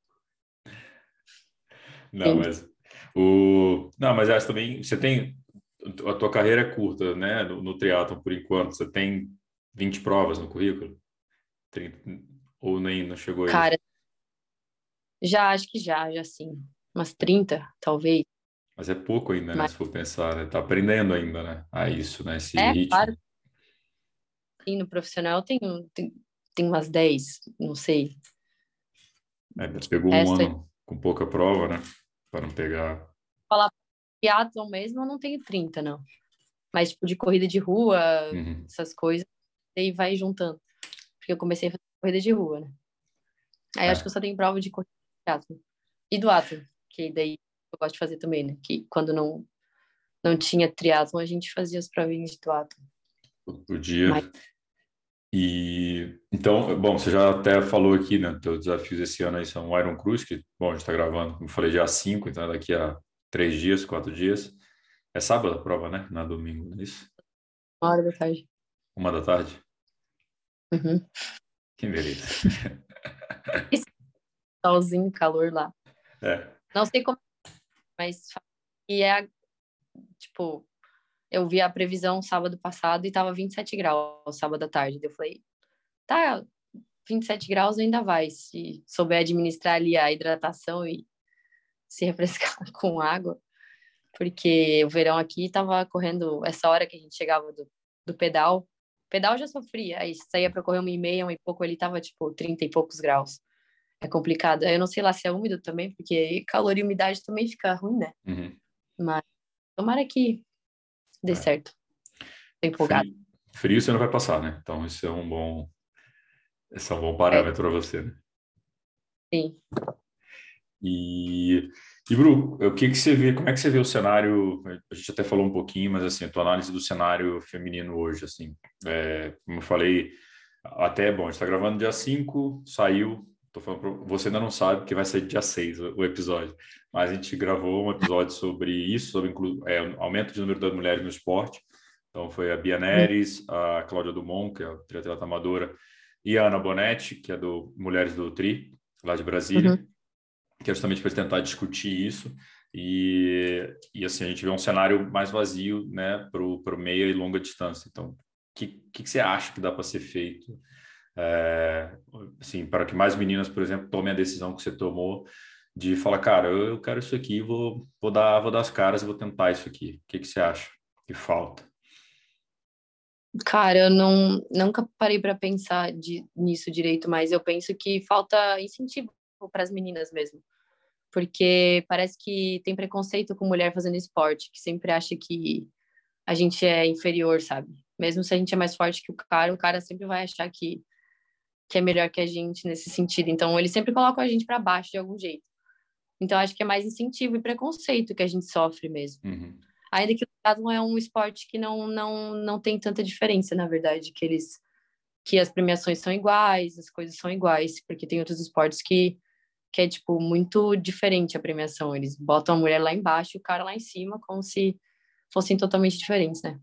Não, Sim. mas Não, mas essa também você tem a tua carreira é curta, né? No triatlon, por enquanto. Você tem 20 provas no currículo? 30, ou nem não chegou a isso? Cara, já acho que já sim. Umas 30 talvez. Mas é pouco ainda, né? Mas Se for pensar, né? Tá aprendendo ainda, né? A isso, né? Esse claro, ritmo. sim, no profissional tem umas 10 não sei. É, O pegou um resto é ano com pouca prova, né? Para não pegar. falar triatlon mesmo, eu não tenho 30 não. Mas, tipo, de corrida de rua, Uhum. essas coisas, aí vai juntando. Porque eu comecei a fazer corrida de rua, né? Aí acho que É, eu só tenho prova de corrida de triatlon. E do atlon, que daí eu gosto de fazer também, né? Que quando não tinha triatlon, a gente fazia as provinhas de duatlon. o dia. Mas, E então, bom, você já até falou aqui, né? Teus desafios esse ano aí são o Iron Cruz, que, bom, a gente está gravando, como eu falei, dia 5, então é daqui a 3 dias, 4 dias. É sábado a prova, né? Não é domingo, não é isso? 1 hora da tarde. 1 da tarde. Uhum. Que beleza. Esse solzinho, calor lá. É. Não sei como, mas e tipo, eu vi a previsão sábado passado e tava 27 graus sábado à tarde. Daí eu falei, tá, 27 graus ainda vai, se souber administrar ali a hidratação e se refrescar com água, porque o verão aqui tava correndo, essa hora que a gente chegava do pedal, pedal já sofria, aí saía para correr 1h30, 1 e pouco, ele tava tipo 30 e poucos graus. É complicado. Eu não sei lá se é úmido também, porque calor e umidade também fica ruim, né? Uhum. Mas tomara que dê É. certo. Tô empolgada. Frio, frio você não vai passar, né? Então, esse é um bom É, parâmetro para você, né? sim. E, Bru, o que que você vê, como é que você vê o cenário, a gente até falou um pouquinho, mas assim, a tua análise do cenário feminino hoje, assim, como eu falei, até, bom, a gente está gravando dia 5 saiu, tô falando você ainda não sabe, porque vai sair dia 6 o episódio, mas a gente gravou um episódio sobre isso, sobre aumento de número das mulheres no esporte, então foi a Bia Uhum. Neres, a Cláudia Dumont, que é a triatleta amadora, e a Ana Bonetti, que é do Mulheres do Tri, lá de Brasília, Uhum. que é justamente para tentar discutir isso e assim a gente vê um cenário mais vazio, né, para o meia e longa distância. Então, o que você acha que dá para ser feito, é, assim, para que mais meninas, por exemplo, tomem a decisão que você tomou de falar, cara, eu quero isso aqui, vou dar as caras e vou tentar isso aqui. O que você acha que falta? Cara, eu nunca parei para pensar nisso direito, mas eu penso que falta incentivo para as meninas mesmo. Porque parece que tem preconceito com mulher fazendo esporte, que sempre acha que a gente é inferior, sabe? Mesmo se a gente é mais forte que o cara sempre vai achar que é melhor que a gente nesse sentido. Então, eles sempre colocam a gente para baixo de algum jeito. Então, acho que é mais incentivo e preconceito que a gente sofre mesmo. Uhum, Ainda que o triatlon é um esporte que não tem tanta diferença, na verdade, que as premiações são iguais, as coisas são iguais, porque tem outros esportes que é, tipo, muito diferente a premiação. Eles botam a mulher lá embaixo e o cara lá em cima, como se fossem totalmente diferentes, né?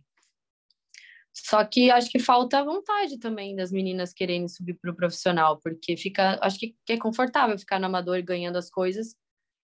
Só que acho que falta vontade também das meninas querendo subir pro profissional, porque acho que é confortável ficar no amador ganhando as coisas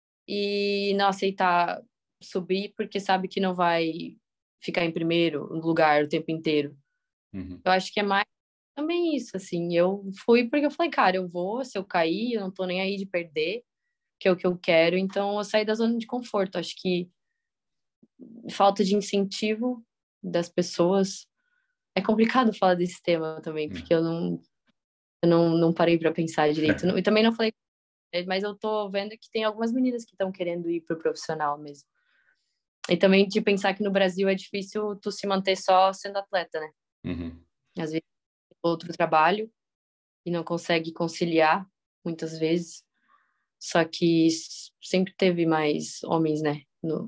e não aceitar subir porque sabe que não vai ficar em primeiro lugar o tempo inteiro. uhum. Eu acho que é mais também isso, assim. Eu fui porque eu falei, cara, eu vou, se eu cair, eu não tô nem aí de perder, que é o que eu quero, então eu saí da zona de conforto. Acho que falta de incentivo das pessoas. É complicado falar desse tema também, porque eu não parei para pensar direito. E também não falei, mas eu tô vendo que tem algumas meninas que estão querendo ir pro profissional mesmo. E também de pensar que no Brasil é difícil tu se manter só sendo atleta, né? Uhum. Às vezes tem outro trabalho e não consegue conciliar muitas vezes. Só que sempre teve mais homens, né,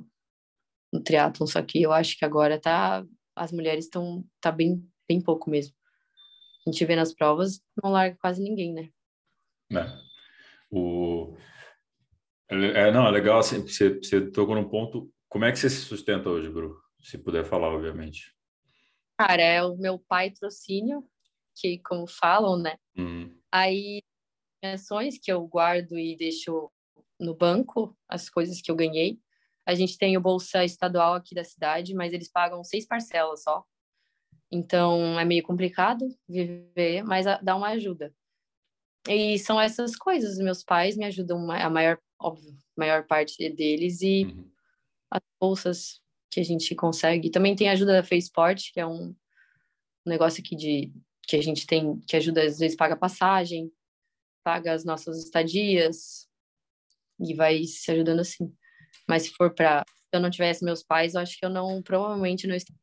no triatlon, só que eu acho que agora as mulheres tá bem pouco mesmo. A gente vê nas provas, não larga quase ninguém, né? Né? O, não, é legal, assim, você tocou num ponto, como é que você se sustenta hoje, Bru? Se puder falar, obviamente. Cara, é o meu patrocínio, que como falam, né? Uhum. Aí, ações que eu guardo e deixo no banco, as coisas que eu ganhei. A gente tem o Bolsa Estadual aqui da cidade, mas eles pagam 6 parcelas só. Então, é meio complicado viver, mas dá uma ajuda. E são essas coisas. Meus pais me ajudam, a maior, óbvio, maior parte deles, e Uhum. as bolsas que a gente consegue. Também tem a ajuda da Feisport, que é um negócio aqui que a gente tem, que ajuda, às vezes paga passagem, paga as nossas estadias, e vai se ajudando assim. Mas se eu não tivesse meus pais, eu acho que provavelmente não estaria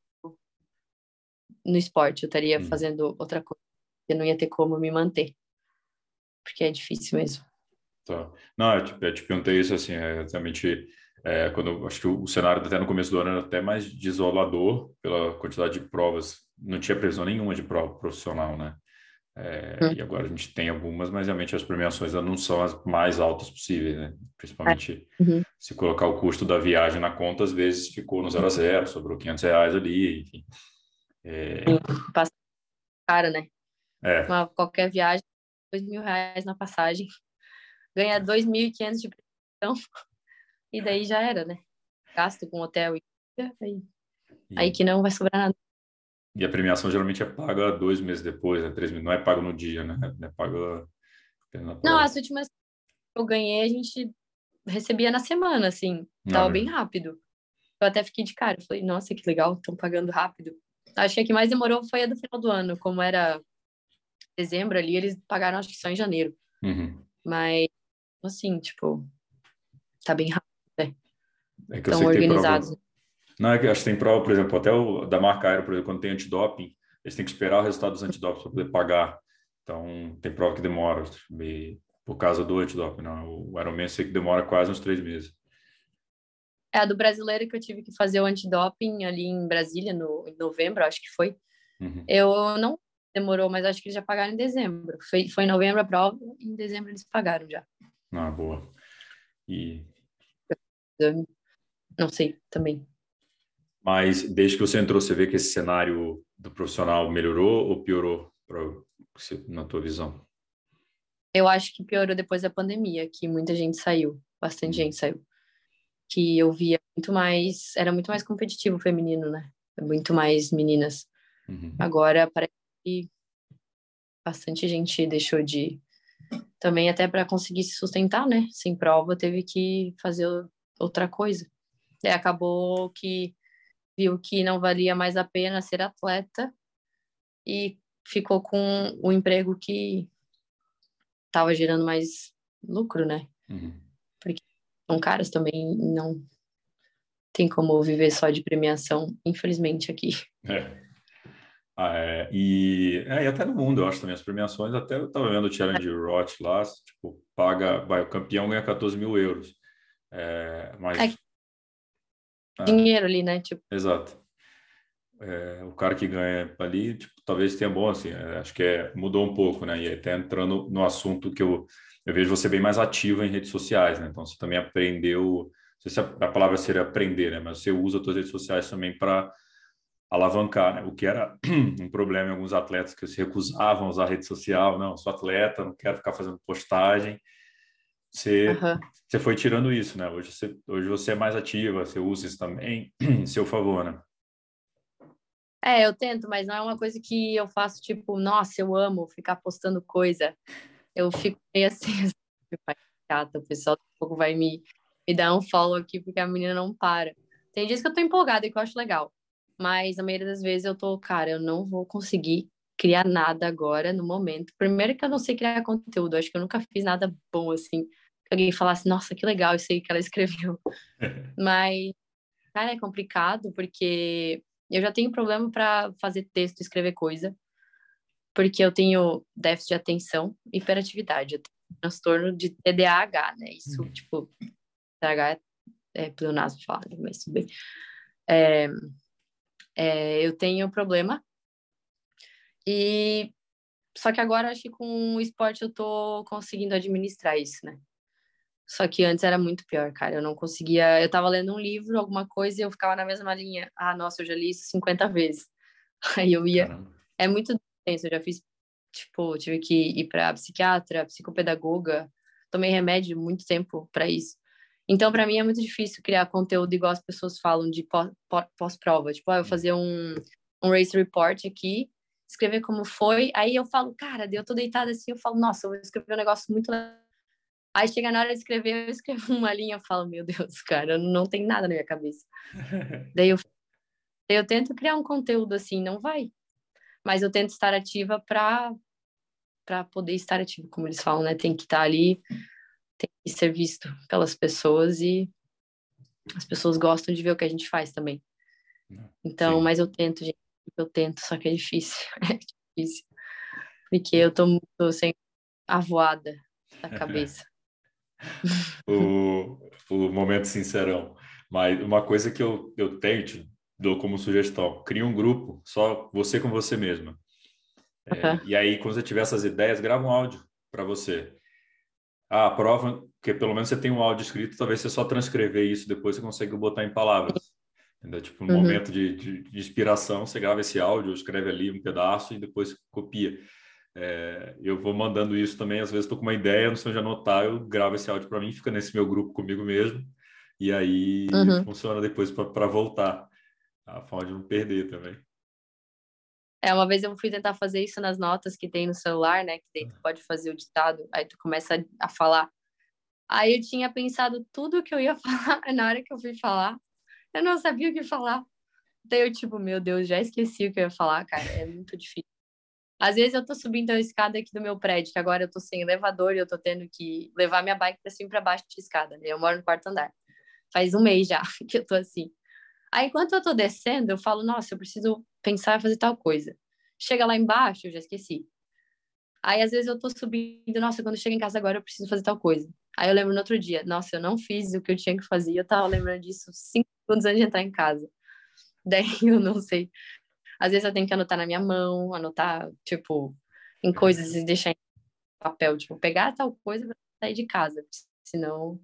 no esporte, eu estaria Uhum. fazendo outra coisa. Eu não ia ter como me manter, porque é difícil mesmo. Tá. Não, eu te perguntei isso assim, realmente, acho que o cenário até no começo do ano era até mais desolador pela quantidade de provas. Não tinha previsão nenhuma de prova profissional, né? E agora a gente tem algumas, mas realmente as premiações ainda não são as mais altas possíveis, né? Principalmente Uhum. se colocar o custo da viagem na conta, às vezes ficou no 0 a 0, sobrou R$ 500 ali, enfim. Passa cara, né? É, Qualquer viagem, R$ 2.000 na passagem, ganha 2.500 de premiação, e daí já era, né? Gasto com hotel aí e, que não vai sobrar nada. e a premiação geralmente é paga 2 meses depois, né? 3 meses, não é pago no dia, né? É paga apenas na Não, prova. as últimas que eu ganhei, a gente recebia na semana, assim, Não, tava bem né? rápido. Eu até fiquei de cara, eu falei, nossa, que legal, estão pagando rápido. Acho que a que mais demorou foi a do final do ano, como era dezembro ali, eles pagaram acho que só em janeiro. Uhum. Mas, assim, tipo, tá bem rápido, né? É que eu Tão sei que tem organizados. prova. Não, é que acho que tem prova, por exemplo, até o da marca Aero, por exemplo, quando tem antidoping, eles têm que esperar o resultado dos antidoping para poder pagar. Então, tem prova que demora, por causa do antidoping. Não, o Ironman eu sei que demora quase uns 3 meses. É a do brasileiro que eu tive que fazer o antidoping ali em Brasília, em novembro, acho que foi. Uhum. Eu não demorou, mas acho que eles já pagaram em dezembro. Foi em novembro a prova, e em dezembro eles pagaram já. Ah, boa. E, Não sei também. mas desde que você entrou, você vê que esse cenário do profissional melhorou ou piorou na tua visão? Eu acho que piorou depois da pandemia, que muita gente saiu, bastante Uhum. gente saiu. Que eu via muito mais, era muito mais competitivo o feminino, né? Muito mais meninas. Uhum. Agora parece que bastante gente deixou de ir. Também até para conseguir se sustentar, né? Sem prova, teve que fazer outra coisa. E acabou que viu que não valia mais a pena ser atleta e ficou com o emprego que estava gerando mais lucro, né? Uhum. Porque são caras também, não tem como viver só de premiação, infelizmente, aqui. É. E até no mundo, eu acho também as premiações, até eu estava vendo o Challenge Roth lá, tipo, o campeão ganha 14 mil euros. É Mas, ah, dinheiro ali, né? Tipo, exato. O cara que ganha ali, tipo, talvez tenha bom, assim, acho que mudou um pouco, né? E até entrando no assunto que eu vejo você bem mais ativa em redes sociais, né? Então, você também aprendeu, não sei se a palavra seria aprender, né? Mas você usa as suas redes sociais também para alavancar, né? O que era um problema em alguns atletas que se recusavam a usar a rede social. Não, sou atleta, não quero ficar fazendo postagem. Você, aham. você foi tirando isso, né? Hoje você é mais ativa, você usa isso também em seu favor, né? É, eu tento, mas não é uma coisa que eu faço, tipo, nossa, eu amo ficar postando coisa. Eu fico meio assim, pai, chata, o pessoal daqui a pouco vai me dar um follow aqui porque a menina não para. Tem dias que eu tô empolgada e que eu acho legal, mas a maioria das vezes eu tô, cara, eu não vou conseguir criar nada agora no momento. Primeiro que eu não sei criar conteúdo, acho que eu nunca fiz nada bom assim. Que alguém falasse, nossa, que legal isso aí que ela escreveu. Mas, cara, é complicado porque eu já tenho problema para fazer texto, escrever coisa, porque eu tenho déficit de atenção e hiperatividade. Eu tenho um transtorno de TDAH, né? Isso, tipo, TDAH é pleonasmo falar, né? Mas tudo bem. É, eu tenho problema e só que agora acho que com o esporte eu tô conseguindo administrar isso, né? Só que antes era muito pior, cara. Eu não conseguia. Eu tava lendo um livro, alguma coisa, e eu ficava na mesma linha. Ah, nossa, eu já li isso 50 vezes. Aí eu ia. Caramba. É muito tenso. Eu já fiz, tipo, tive que ir pra psiquiatra, psicopedagoga. Tomei remédio muito tempo pra isso. Então, para mim, é muito difícil criar conteúdo igual as pessoas falam de pós-prova. Tipo, eu vou fazer um race report aqui, escrever como foi. Aí eu falo, cara, eu tô deitada assim, eu falo, nossa, eu vou escrever um negócio muito legal. Aí chega na hora de escrever, eu escrevo uma linha, eu falo, meu Deus, cara, não tem nada na minha cabeça. Daí eu tento criar um conteúdo assim, não vai. Mas eu tento estar ativa para poder estar ativo, como eles falam, né? Tem que estar ali, tem que ser visto pelas pessoas e as pessoas gostam de ver o que a gente faz também. Então, Sim. mas eu tento, gente, eu tento, só que é difícil, é difícil, porque eu tô muito sem avoada da cabeça. O momento sincerão. Mas uma coisa que eu tenho, te dou como sugestão, cria um grupo, só você com você mesma. Uhum. E aí, quando você tiver essas ideias, grava um áudio para você. Ah, a prova, porque pelo menos você tem um áudio escrito, talvez você só transcrever isso, depois você consegue botar em palavras. Entendeu? Tipo, no Uhum. momento de inspiração, você grava esse áudio, escreve ali um pedaço e depois copia. Eu vou mandando isso também, às vezes estou com uma ideia, não sei onde anotar, eu gravo esse áudio para mim, fica nesse meu grupo comigo mesmo, e aí Uhum. funciona depois para voltar, a forma de não perder também. Uma vez eu fui tentar fazer isso nas notas que tem no celular, né? Que daí tu pode fazer o ditado, aí tu começa a falar. Aí eu tinha pensado tudo o que eu ia falar, na hora que eu fui falar, eu não sabia o que falar. Daí eu, tipo, meu Deus, já esqueci o que eu ia falar, cara, é muito difícil. Às vezes eu tô subindo a escada aqui do meu prédio, que agora eu tô sem elevador e eu tô tendo que levar minha bike pra cima e pra baixo de escada, né? Eu moro no quarto andar. Faz um mês já que eu tô assim. Aí, enquanto eu tô descendo, eu falo, nossa, eu preciso pensar em fazer tal coisa. Chega lá embaixo, eu já esqueci. Aí, às vezes, eu tô subindo, nossa, quando chego em casa agora, eu preciso fazer tal coisa. Aí eu lembro no outro dia, nossa, eu não fiz o que eu tinha que fazer. Eu tava lembrando disso 5 segundos antes de entrar em casa. Daí eu não sei. Às vezes eu tenho que anotar na minha mão, anotar, tipo, em coisas e deixar em papel, tipo, pegar tal coisa pra sair de casa. Senão,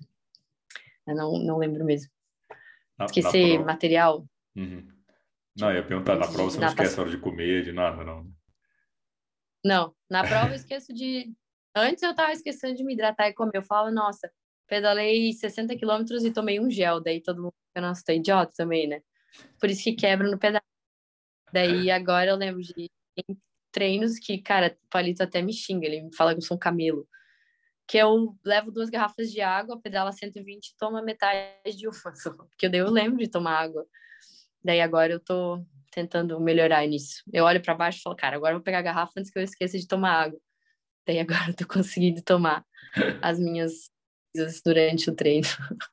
eu não lembro mesmo. Na Esquecer prova. material, Uhum. Não, eu ia tipo, perguntar, na prova de você não esquece natação. a hora de comer, de nada, não. Não, na prova eu esqueço de. Antes eu tava esquecendo de me hidratar e comer. Eu falo, nossa, pedalei 60 quilômetros e tomei um gel. Daí todo mundo fica, nossa, tô idiota também, né? Por isso que quebra no pedal. Daí agora eu lembro de tem treinos que, cara, o Palito até me xinga, ele me fala que eu sou um camelo. Que eu levo 2 garrafas de água, pedala 120 e toma metade de uma só. Porque daí eu lembro de tomar água. Daí agora eu tô tentando melhorar nisso. Eu olho pra baixo e falo, cara, agora eu vou pegar a garrafa antes que eu esqueça de tomar água. Daí agora eu tô conseguindo tomar as minhas coisas durante o treino.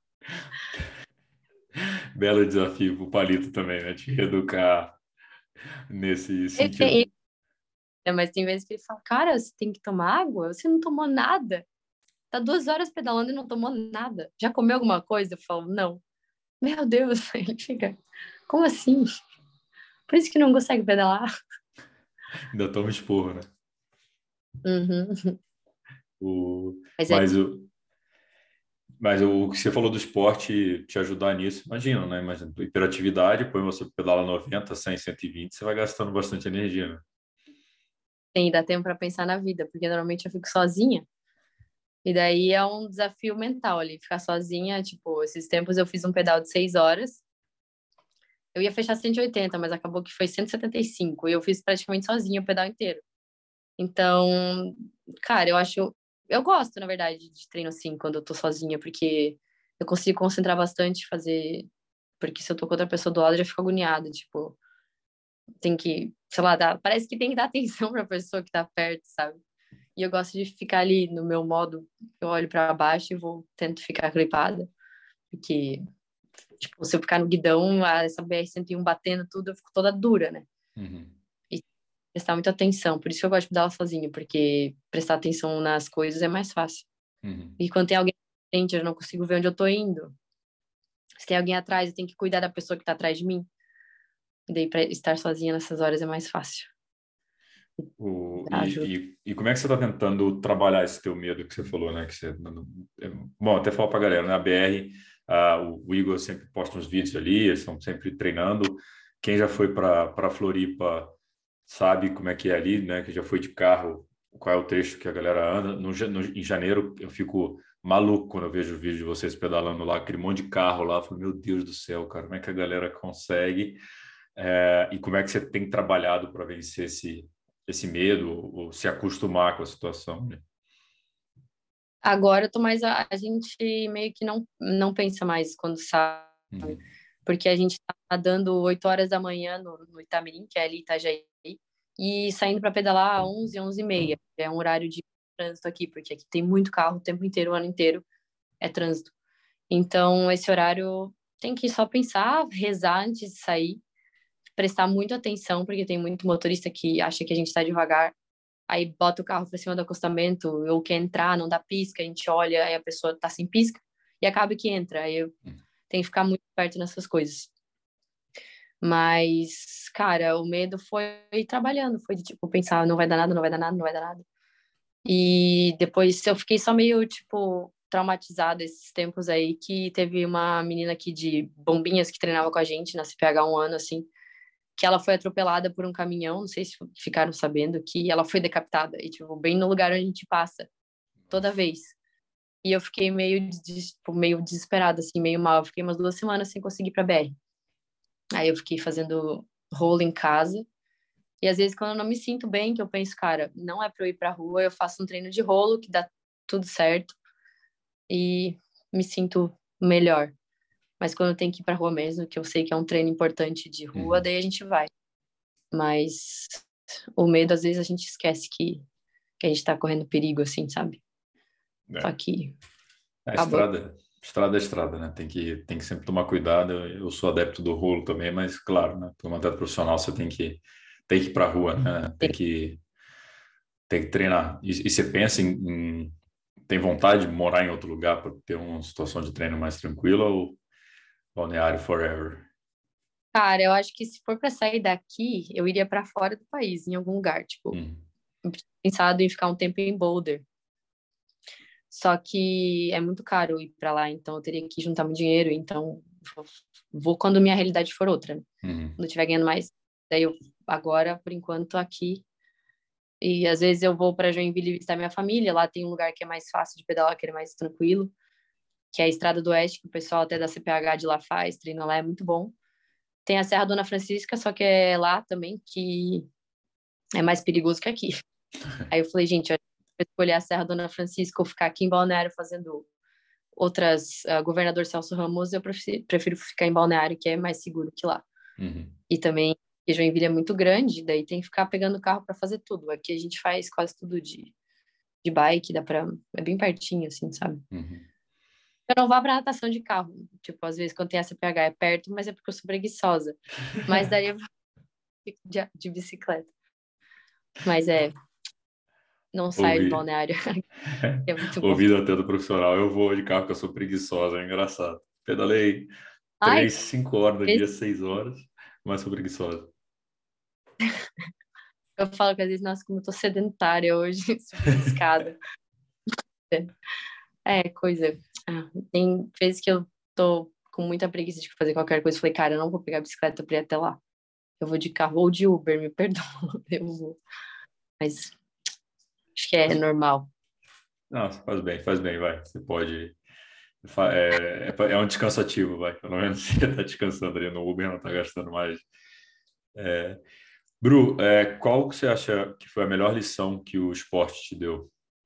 Belo desafio pro Palito também, né? Te reeducar nesse Ele tem, sentido. mas tem vezes que ele fala, cara, você tem que tomar água? Você não tomou nada? Tá 2 horas pedalando e não tomou nada. Já comeu alguma coisa? Eu falo, não. Meu Deus, ele fica, como assim? Por isso que não consegue pedalar? Ainda toma esporro, né? Uhum. O, Mas é, mas, o, mas o que você falou do esporte te ajudar nisso, imagina, né? Imagina, hiperatividade, põe você pedala 90, 100, 120, você vai gastando bastante energia, né? tem, dá tempo pra pensar na vida, porque normalmente eu fico sozinha. E daí é um desafio mental ali, ficar sozinha. Tipo, esses tempos eu fiz um pedal de 6 horas. Eu ia fechar 180, mas acabou que foi 175. E eu fiz praticamente sozinha o pedal inteiro. Então, cara, eu acho. Eu gosto, na verdade, de treino assim, quando eu tô sozinha, porque eu consigo concentrar bastante, fazer. Porque se eu tô com outra pessoa do lado, eu já fico agoniada. Tipo, tem que, sei lá, parece que tem que dar atenção pra pessoa que tá perto, sabe? E eu gosto de ficar ali no meu modo, eu olho pra baixo e vou, tento ficar clipada. Porque, tipo, se eu ficar no guidão, essa BR-101 batendo tudo, eu fico toda dura, né? Uhum, E prestar muita atenção. Por isso que eu gosto de dar ela sozinha, porque prestar atenção nas coisas é mais fácil. uhum. E quando tem alguém na frente, eu não consigo ver onde eu tô indo. Se tem alguém atrás, eu tenho que cuidar da pessoa que tá atrás de mim. E daí, pra estar sozinha nessas horas é mais fácil. O, Ajuda. e como é que você está tentando trabalhar esse teu medo que você falou, né? Que você, bom, até falar para a galera, né? A BR, o Igor sempre posta uns vídeos ali, eles estão sempre treinando. Quem já foi para Floripa sabe como é que é ali, né? Que já foi de carro, qual é o trecho que a galera anda. Em janeiro eu fico maluco quando eu vejo o vídeo de vocês pedalando lá, aquele monte de carro lá. Eu falo, meu Deus do céu, cara, como é que a galera consegue? E como é que você tem trabalhado para vencer esse medo ou se acostumar com a situação, né? Agora eu tô mais. A gente meio que não pensa mais quando sabe, Uhum. porque a gente tá dando 8 horas da manhã no Itamirim, que é ali Itajaí, e saindo para pedalar 11, 11h30. É um horário de trânsito aqui, porque aqui tem muito carro o tempo inteiro, o ano inteiro é trânsito. Então, esse horário tem que só pensar, rezar antes de sair, prestar muita atenção, porque tem muito motorista que acha que a gente está devagar, aí bota o carro para cima do acostamento, ou quer entrar, não dá pisca, a gente olha, aí a pessoa tá sem pisca, e acaba que entra. Aí eu tenho que ficar muito perto nessas coisas. Mas, cara, o medo foi trabalhando, foi de tipo pensar, não vai dar nada, não vai dar nada, não vai dar nada. E depois eu fiquei só meio, tipo, traumatizada esses tempos aí, que teve uma menina aqui de Bombinhas que treinava com a gente na CPH há um ano, assim, que ela foi atropelada por um caminhão, não sei se ficaram sabendo, que ela foi decapitada, e, tipo, bem no lugar onde a gente passa, toda vez. E eu fiquei tipo, meio desesperada, assim, meio mal. Eu fiquei umas 2 semanas sem conseguir ir pra BR. Aí eu fiquei fazendo rolo em casa. E às vezes, quando eu não me sinto bem, que eu penso, cara, não é pra eu ir pra rua, eu faço um treino de rolo que dá tudo certo e me sinto melhor. Mas quando eu tenho que ir pra rua mesmo, que eu sei que é um treino importante de rua, Uhum. daí a gente vai. Mas o medo, às vezes, a gente esquece que a gente tá correndo perigo, assim, sabe? Só É. que A acabou. estrada é estrada, né? Tem que sempre tomar cuidado. Eu sou adepto do rolo também, mas claro, né? Como atleta profissional, você tem que ir para a rua, né? Tem que treinar. E você pensa tem vontade de morar em outro lugar para ter uma situação de treino mais tranquila ou balneário forever? Cara, eu acho que se for pra sair daqui, eu iria pra fora do país, em algum lugar. Tipo, Hum. eu tinha pensado em ficar um tempo em Boulder. Só que é muito caro ir pra lá, então eu teria que juntar muito dinheiro. Então, vou vou quando minha realidade for outra, né? Uhum. Quando eu estiver ganhando mais. Daí eu, agora, por enquanto, tô aqui. E às vezes eu vou pra Joinville visitar minha família. Lá tem um lugar que é mais fácil de pedalar, que é mais tranquilo, que é a Estrada do Oeste, que o pessoal até da CPH de lá faz, treina lá, é muito bom. Tem a Serra Dona Francisca, só que é lá também que é mais perigoso que aqui. Aí eu falei, gente, eu vou escolher a Serra Dona Francisca ou ficar aqui em Balneário fazendo outras, Governador Celso Ramos, eu prefiro ficar em Balneário, que é mais seguro que lá. Uhum. E também, porque Joinville é muito grande, daí tem que ficar pegando carro para fazer tudo. Aqui a gente faz quase tudo de bike, dá pra, é bem pertinho, assim, sabe? Uhum. Eu não vou pra natação de carro, tipo, às vezes quando tem essa PH é perto, mas é porque eu sou preguiçosa. Mas daí eu fico de bicicleta. Mas não saio de Ouvi. balneário, é muito bom. Ouvido até do profissional. Eu vou de carro porque eu sou preguiçosa, é engraçado. Pedalei Ai, 5 horas no dia, 6 horas, mas sou preguiçosa. eu falo que às vezes, nossa, como eu tô sedentária hoje, subindo escada. É, coisa. Tem vezes que eu tô com muita preguiça de fazer qualquer coisa. Eu falei, cara, eu não vou pegar a bicicleta pra ir até lá. Eu vou de carro ou de Uber, me perdoa. Eu vou. Mas acho que é normal. Não, faz bem, vai. Você pode. É um descanso ativo, vai. Pelo menos você está descansando ali no Uber, não está gastando mais. É, Bru, qual que você acha que foi a melhor lição que o esporte te deu?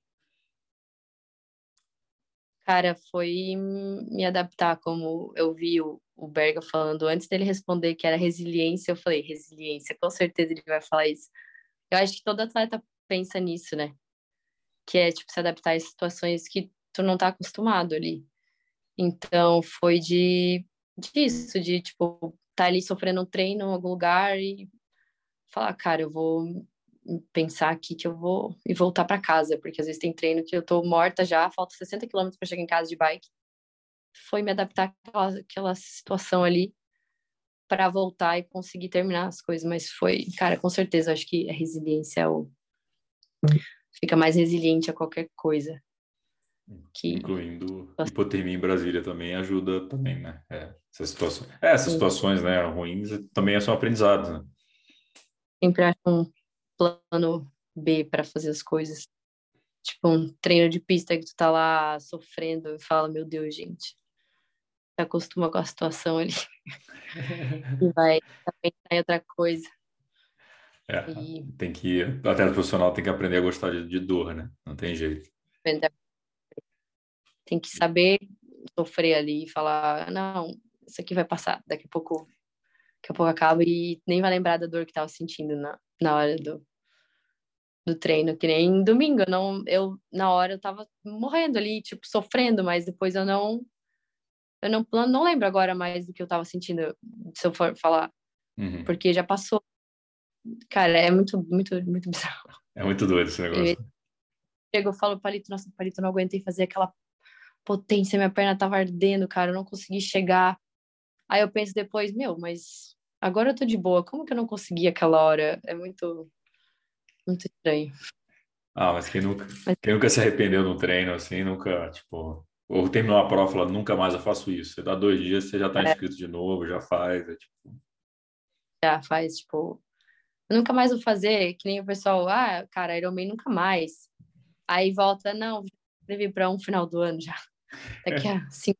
Cara, foi me adaptar, como eu vi o Berga falando antes dele responder que era resiliência. Eu falei, resiliência, com certeza ele vai falar isso. Eu acho que todo atleta pensa nisso, né? Que é, tipo, se adaptar a situações que tu não tá acostumado ali. Então, foi disso, de, tipo, tá ali sofrendo um treino em algum lugar e falar, cara, eu vou pensar aqui que eu vou e voltar para casa, porque às vezes tem treino que eu tô morta já, falta 60 quilômetros para chegar em casa de bike. Foi me adaptar àquela situação ali para voltar e conseguir terminar as coisas, mas foi, cara, com certeza, acho que a resiliência é o fica mais resiliente a qualquer coisa que Incluindo hipotermia em Brasília também ajuda também, né? Essas assim, situações, né, ruins também são aprendizados, né? sempre acho um plano B para fazer as coisas. tipo um treino de pista que tu tá lá sofrendo e fala, meu Deus, gente, se acostuma com a situação ali e vai pensar em outra coisa. É, E tem que, o atleta profissional tem que aprender a gostar de dor, né? Não tem jeito. tem que saber sofrer ali e falar, não, isso aqui vai passar, daqui a pouco acaba e nem vai lembrar da dor que tava sentindo na hora do treino, que nem domingo, na hora eu tava morrendo ali, tipo, sofrendo, mas depois eu não lembro agora mais do que eu tava sentindo, se eu for falar, Uhum. porque já passou. Cara, é muito, muito, muito bizarro. É muito doido esse E negócio. chego, eu falo, Palito, nossa, Palito, eu não aguentei fazer aquela potência, minha perna tava ardendo, cara, eu não consegui chegar. Aí eu penso depois, meu, mas agora eu tô de boa, como que eu não consegui aquela hora? É muito, muito estranho. Ah, mas Mas quem nunca se arrependeu no treino, assim, nunca, tipo, ou terminou a prova e falou, nunca mais eu faço isso. Você dá 2 dias, você já tá é, inscrito de novo, já faz, é tipo, já faz, tipo, eu nunca mais vou fazer, que nem o pessoal, cara, Ironman nunca mais. Aí volta, não, já escrevi pra um final do ano já. Daqui a 5,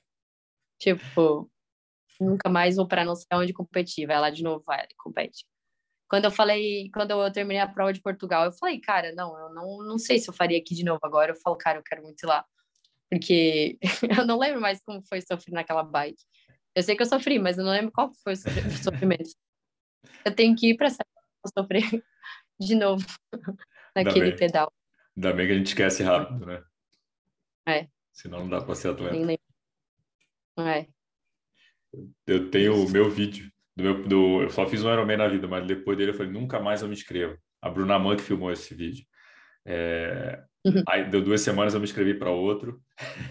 tipo, nunca mais vou pra não sei onde competir. Vai lá de novo, vai, compete. Quando eu terminei a prova de Portugal, eu falei, cara, não, eu não sei se eu faria aqui de novo agora. Eu falo, cara, eu quero muito ir lá. Porque eu não lembro mais como foi sofrer naquela bike. Eu sei que eu sofri, mas eu não lembro qual foi o sofrimento. Eu tenho que ir pra essa sofrer de novo ainda naquele bem. pedal. Ainda bem que a gente esquece rápido, né? É, Senão não dá para ser nem atleta. lembro. É, Eu tenho o isso. meu vídeo, eu só fiz um Ironman na vida, mas depois dele eu falei, nunca mais eu me inscrevo. A Bruna Mann que filmou esse vídeo. É, aí deu 2 semanas, eu me inscrevi para outro.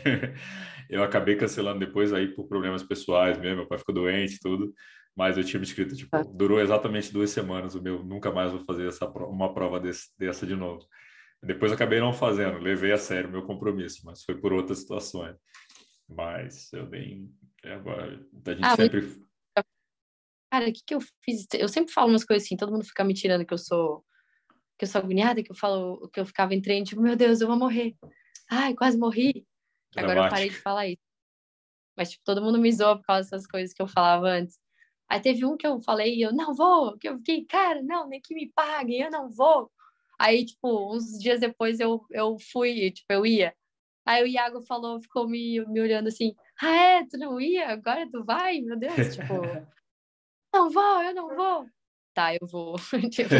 Eu acabei cancelando depois aí por problemas pessoais mesmo, meu pai ficou doente e tudo. Mas eu tinha me inscrito, tipo, durou exatamente 2 semanas o meu, nunca mais vou fazer uma prova dessa de novo. Depois eu acabei não fazendo, levei a sério o meu compromisso, mas foi por outras situações. Mas eu nem. Agora, a gente Muito. sempre. Cara, o que que eu fiz? Eu sempre falo umas coisas assim, todo mundo fica me tirando que eu sou agoniada, que eu falo que eu ficava em trem, tipo, meu Deus, eu vou morrer. Ai, quase morri. Agora eu parei Dramático. de falar isso. Mas, tipo, todo mundo me zoa por causa dessas coisas que eu falava antes. Aí teve um que eu falei e eu não vou, que eu fiquei, cara, não, nem que me paguem, eu não vou. Aí, tipo, uns dias depois eu fui, tipo, eu ia. Aí o Iago falou, ficou me olhando assim, tu não ia? Agora tu vai? Meu Deus, tipo, não vou, eu não vou. Tá, eu vou. Tipo,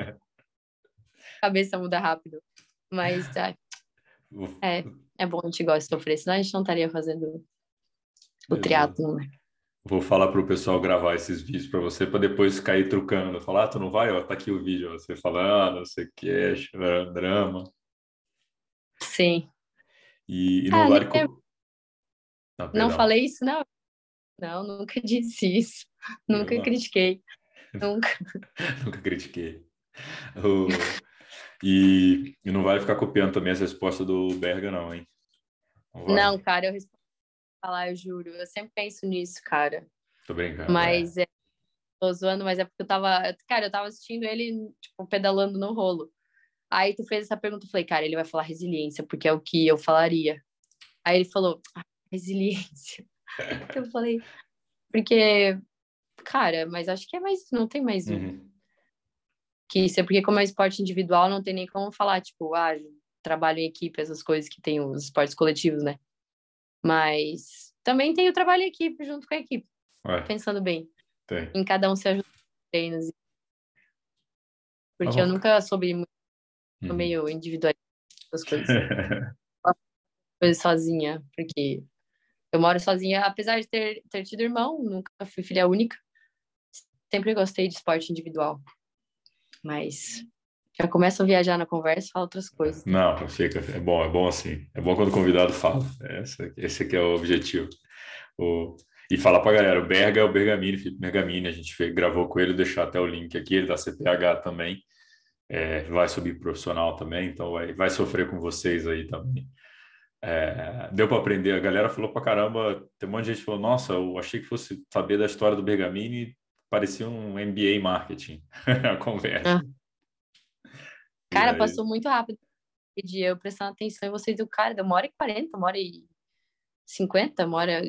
a cabeça muda rápido. Mas é, é bom, a gente gosta de sofrer, senão a gente não estaria fazendo o Exato. triatlon, né? Vou falar para o pessoal gravar esses vídeos para você, para depois cair trucando. Falar, tu não vai? Ó, tá aqui o vídeo. Você falando, não sei o que, é, chorando, drama. Sim. E não Nem vale. lembro. Ah, Não perdão. falei isso, não. Não, nunca disse isso. Eu Nunca não. critiquei. Nunca. Nunca critiquei. O- e não vale ficar copiando também as respostas do Berga, não, hein? Não vale. Não, cara, eu respondo falar, eu juro. Eu sempre penso nisso, cara. Tô brincando, é. Mas tô zoando, mas é porque eu tava. Cara, eu tava assistindo ele, tipo, pedalando no rolo. Aí tu fez essa pergunta, eu falei, cara, ele vai falar resiliência, porque é o que eu falaria. Aí ele falou, resiliência. Eu falei, porque, cara, mas acho que é mais, não tem mais um Uhum. que isso, é porque como é esporte individual, não tem nem como falar, tipo, trabalho em equipe, essas coisas que tem os esportes coletivos, né? Mas também tem o trabalho em equipe junto com a equipe, É, pensando bem, tem. em cada um se ajudar nos treinos, Mas porque eu vamos ficar. nunca soube muito, sou Uhum. meio individualista das coisas. Faço coisas sozinha, porque eu moro sozinha, apesar de ter tido irmão, nunca fui filha única, sempre gostei de esporte individual, mas já começo a viajar na conversa e falo outras coisas, né? Não, fica, é bom assim. É bom quando o convidado fala. Esse aqui é o objetivo. O, e falar pra galera, o Berga é o Bergamini, Felipe Bergamini, a gente gravou com ele, deixar até o link aqui, ele da CPH também, vai subir profissional também, então vai sofrer com vocês aí também. Deu para aprender, a galera falou pra caramba, tem um monte de gente que falou, nossa, eu achei que fosse saber da história do Bergamini, parecia um MBA Marketing, a conversa. Ah, E cara, aí, passou muito rápido. aquele dia eu prestando atenção em vocês, do cara, deu 1h40, 1h50,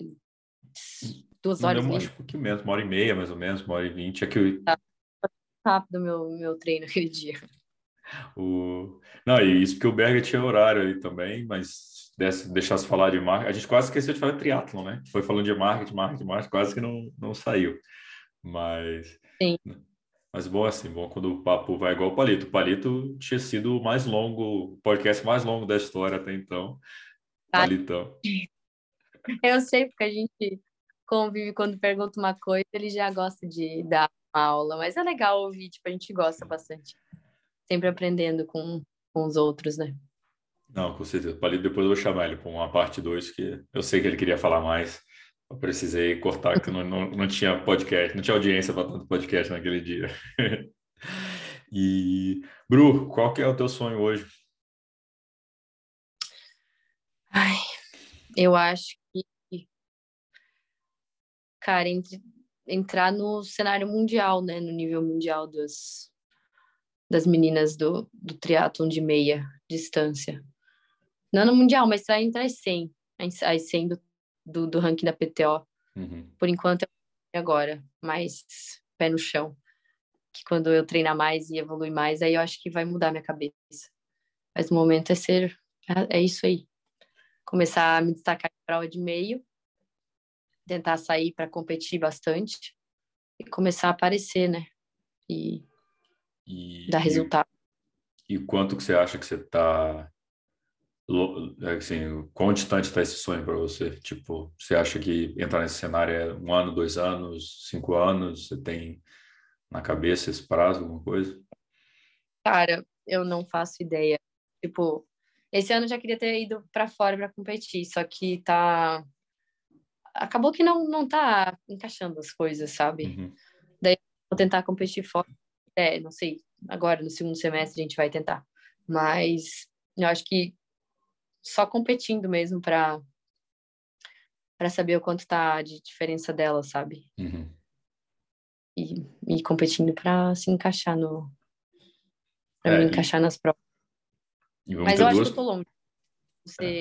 2h20. Acho que um pouquinho menos, 1h30, mais ou menos, 1h20. É que Tá rápido meu treino aquele dia. Não, e isso porque o Berger tinha horário aí também, mas deixasse falar de marketing. A gente quase esqueceu de falar de triatlon, né? Foi falando de marketing, quase que não saiu. Mas, Sim. mas bom assim, bom quando o papo vai igual o Palito. O Palito tinha sido o mais longo, o podcast mais longo da história até então. Palitão. Eu sei, porque a gente convive quando pergunta uma coisa, ele já gosta de dar uma aula, mas é legal ouvir, tipo, a gente gosta bastante. Sempre aprendendo com os outros, né? Não, com certeza. O Palito depois eu vou chamar ele para uma parte 2 que eu sei que ele queria falar mais. Eu precisei cortar, que não tinha podcast, não tinha audiência para tanto podcast naquele dia. E, Bru, qual que é o teu sonho hoje? Ai, eu acho que, cara, entrar no cenário mundial, né? No nível mundial das meninas do triatlon de meia distância. Não no mundial, mas tá entre as 100. As 100 do ranking da PTO. Uhum. Por enquanto, é agora. Mais pé no chão. Que quando eu treinar mais e evoluir mais, aí eu acho que vai mudar minha cabeça. Mas no momento é isso aí. Começar a me destacar em prova de meio, tentar sair para competir bastante e começar a aparecer, né? E dar E, resultado. e quanto que você acha que você está, assim, quão distante está esse sonho para você? Tipo, você acha que entrar nesse cenário é 1 ano, 2 anos, 5 anos? Você tem na cabeça esse prazo, alguma coisa? Cara, eu não faço ideia. Tipo, esse ano eu já queria ter ido para fora para competir, só que acabou que não tá encaixando as coisas, sabe? Uhum. Daí vou tentar competir fora. Não sei, agora no segundo semestre a gente vai tentar. Mas eu acho que só competindo mesmo para saber o quanto tá de diferença dela, sabe? Uhum. E competindo para se encaixar para me É, encaixar nas provas. e vamos Mas ter eu acho que duas. eu tô longe de É.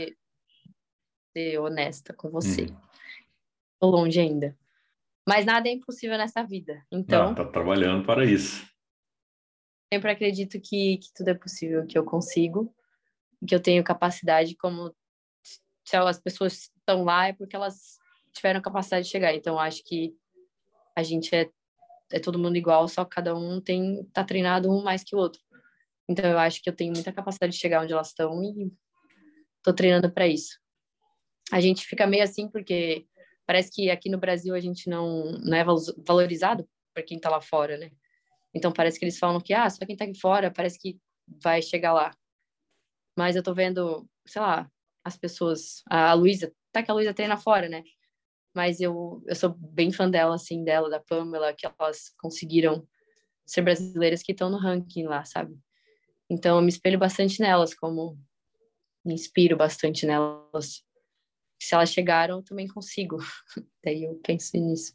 ser honesta com você. Uhum. Tô longe ainda. Mas nada é impossível nessa vida. Não, Então, tá trabalhando para isso. sempre acredito que tudo é possível, que eu consigo, que eu tenho capacidade, como se as pessoas estão lá é porque elas tiveram capacidade de chegar. Então, acho que a gente é todo mundo igual, só que cada um tá treinado um mais que o outro. Então, eu acho que eu tenho muita capacidade de chegar onde elas estão e tô treinando para isso. A gente fica meio assim porque parece que aqui no Brasil a gente não é valorizado por quem tá lá fora, né? Então parece que eles falam que só quem tá aqui fora parece que vai chegar lá. Mas eu tô vendo, sei lá, as pessoas, a Luísa, tá que a Luísa treina fora, né? Mas eu sou bem fã dela, assim, dela, da Pamela, que elas conseguiram ser brasileiras que estão no ranking lá, sabe? Então eu me espelho bastante nelas, como me inspiro bastante nelas. Se elas chegaram, eu também consigo. Daí eu penso nisso.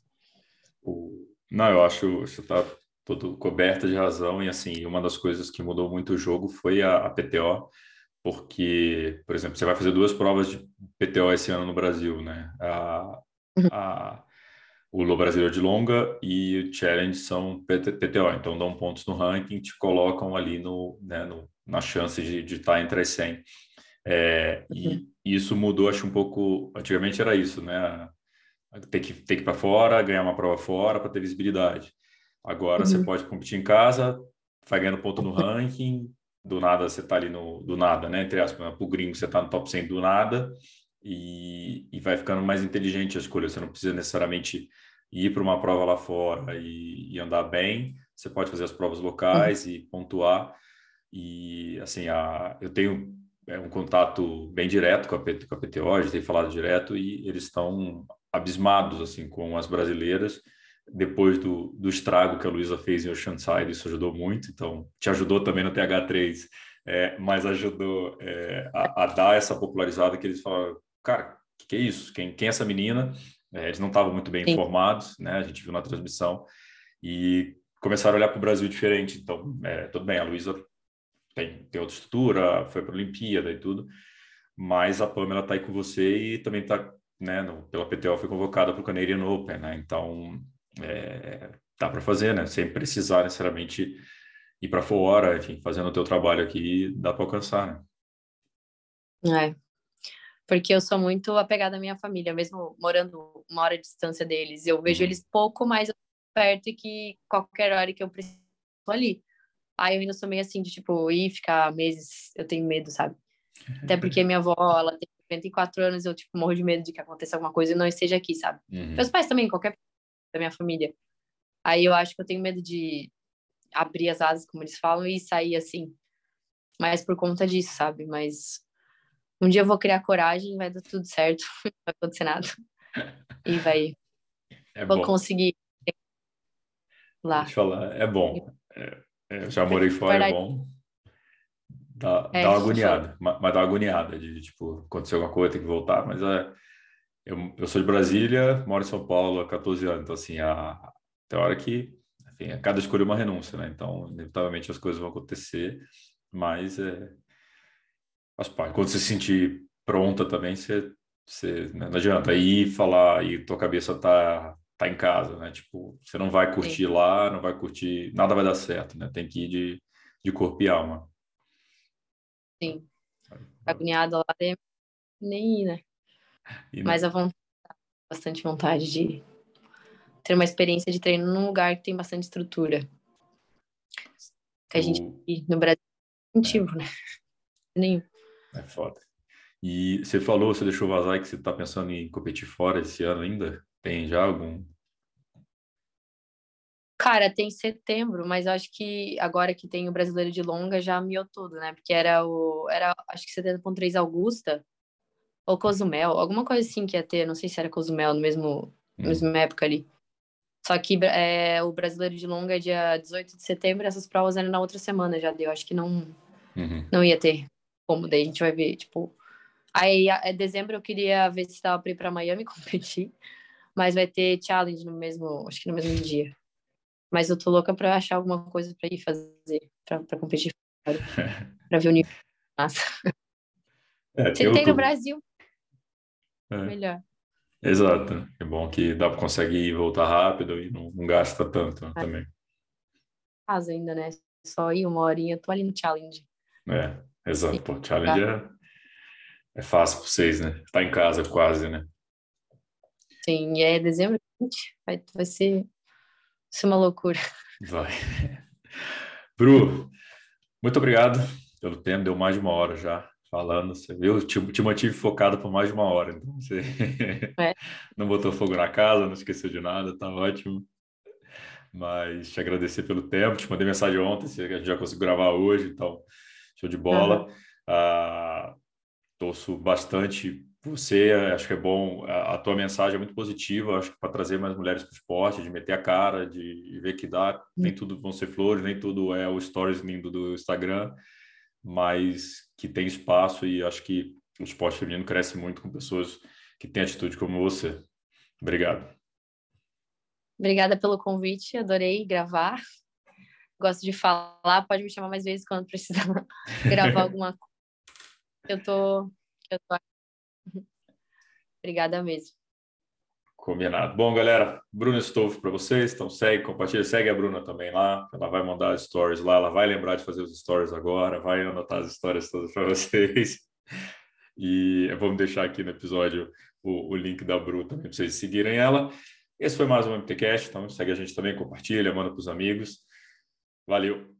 Não, eu acho que você está todo coberta de razão e assim, uma das coisas que mudou muito o jogo foi a PTO, porque, por exemplo, você vai fazer 2 provas de PTO esse ano no Brasil, né? A, o Lo Brasileiro de Longa e o Challenge são PTO, então dão pontos no ranking, te colocam ali na chance de estar entre as 100. Uhum. E isso mudou, acho um pouco. Antigamente era isso, né? Ter que ir para fora, ganhar uma prova fora para ter visibilidade. Agora você Uhum. pode competir em casa, vai ganhando ponto no ranking, do nada você está ali do nada, né? Entre aspas, para o gringo você está no top 100 do nada e vai ficando mais inteligente a escolha. Você não precisa necessariamente ir para uma prova lá fora e andar bem. Você pode fazer as provas Uhum. locais e pontuar. E assim, eu tenho um contato bem direto com a PTO, a gente tem falado direto e eles estão abismados assim com as brasileiras depois do estrago que a Luísa fez em Oceanside. Isso ajudou muito, então te ajudou também no TH3, mas ajudou a dar essa popularizada que eles falaram, cara, que é isso? Quem é essa menina? Eles não estavam muito bem Sim. informados, né? A gente viu na transmissão e começaram a olhar para o Brasil diferente. Então, tudo bem, a Luísa tem outra estrutura, foi para a Olimpíada e tudo, mas a Pamela está aí com você e também está, né, pela PTO foi convocada para o Canadian Open, né? Então, dá para fazer, né? Sem precisar necessariamente ir para fora, enfim, fazendo o teu trabalho aqui, dá para alcançar, né? É, porque eu sou muito apegada à minha família, mesmo morando 1 hora de distância deles. Eu vejo Uhum. eles pouco mais perto e que qualquer hora que eu preciso tô ali. Aí eu ainda sou meio assim, de tipo, ir ficar meses, eu tenho medo, sabe? Até porque minha avó, ela tem 94 anos, eu, tipo, morro de medo de que aconteça alguma coisa e não esteja aqui, sabe? Meus Uhum. pais também, qualquer pessoa da minha família. Aí eu acho que eu tenho medo de abrir as asas, como eles falam, e sair assim. Mas por conta disso, sabe? Mas um dia eu vou criar coragem, vai dar tudo certo, não vai acontecer nada. E É vou bom. conseguir ir Eu vou te lá. falar, é bom. Eu já morei De fora, é verdade, bom. Dá é, uma você falou. agoniada, mas dá uma agoniada de, tipo, acontecer alguma coisa, tem que voltar. Mas eu sou de Brasília, moro em São Paulo há 14 anos, então, assim, tem hora que, enfim, a cada escolha é uma renúncia, né? Então, inevitavelmente as coisas vão acontecer, mas faz parte. Quando você se sentir pronta também, né, não adianta ir falar e tua cabeça tá em casa, né? Tipo, você não vai Sim, curtir lá, não vai curtir, nada vai dar certo, né? Tem que ir de corpo e alma. sim. Agoniada lá, nem ir, né? E, Mas bastante vontade de ter uma experiência de treino num lugar que tem bastante estrutura. Que a gente tu, no Brasil não é, tive, né? Nenhum. é foda. E você deixou vazar que você está pensando em competir fora esse ano ainda? Tem já algum? Cara, tem setembro, mas eu acho que agora que tem o brasileiro de longa já miou tudo, né? Porque era acho que 70,3 Augusta ou Cozumel, alguma coisa assim que ia ter, não sei se era Cozumel no Hum. mesma época ali. Só que o brasileiro de longa é dia 18 de setembro, essas provas eram na outra semana já deu, acho que Uhum. não ia ter como, daí a gente vai ver, tipo. Aí, dezembro eu queria ver se dava pra ir pra Miami competir, mas vai ter challenge no mesmo, acho que no mesmo dia. Mas eu tô louca pra achar alguma coisa pra ir fazer, pra competir fora, pra ver o nível massa. Tem Se o tem no clube. Brasil, É, melhor. exato. É bom que dá para conseguir voltar rápido e não gasta tanto Ah, também. casa ainda, né? Só ir 1 horinha, eu tô ali no challenge. Exato. E, Pô, challenge tá. é fácil para vocês, né? Tá em casa quase, né? Sim, e é dezembro, gente, vai ser uma loucura. Vai. Bru, muito obrigado pelo tempo. Deu mais de 1 hora já falando. Você viu? Te mantive focado por mais de 1 hora. Então você É, não botou fogo na casa, não esqueceu de nada, tá ótimo. Mas te agradecer pelo tempo. Te mandei mensagem ontem, a gente já conseguiu gravar hoje, então show de aham. bola. Torço bastante por você. Acho que é bom. A tua mensagem é muito positiva. Acho que para trazer mais mulheres para o esporte, de meter a cara, de ver que dá. Nem tudo vão ser flores, nem tudo é o stories lindo do Instagram, mas que tem espaço e acho que o esporte feminino cresce muito com pessoas que têm atitude como você. Obrigado. Obrigada pelo convite, adorei gravar. Gosto de falar, pode me chamar mais vezes quando precisar gravar alguma coisa. Eu tô Obrigada mesmo. Combinado. Bom, galera, Bruna Stolf para vocês. Então segue, compartilha, segue a Bruna também lá. Ela vai mandar as stories lá, ela vai lembrar de fazer os stories agora, vai anotar as histórias todas para vocês. E eu vou me deixar aqui no episódio o link da Bru também para vocês seguirem ela. Esse foi mais um MTCast, então segue a gente também, compartilha, manda para os amigos. Valeu!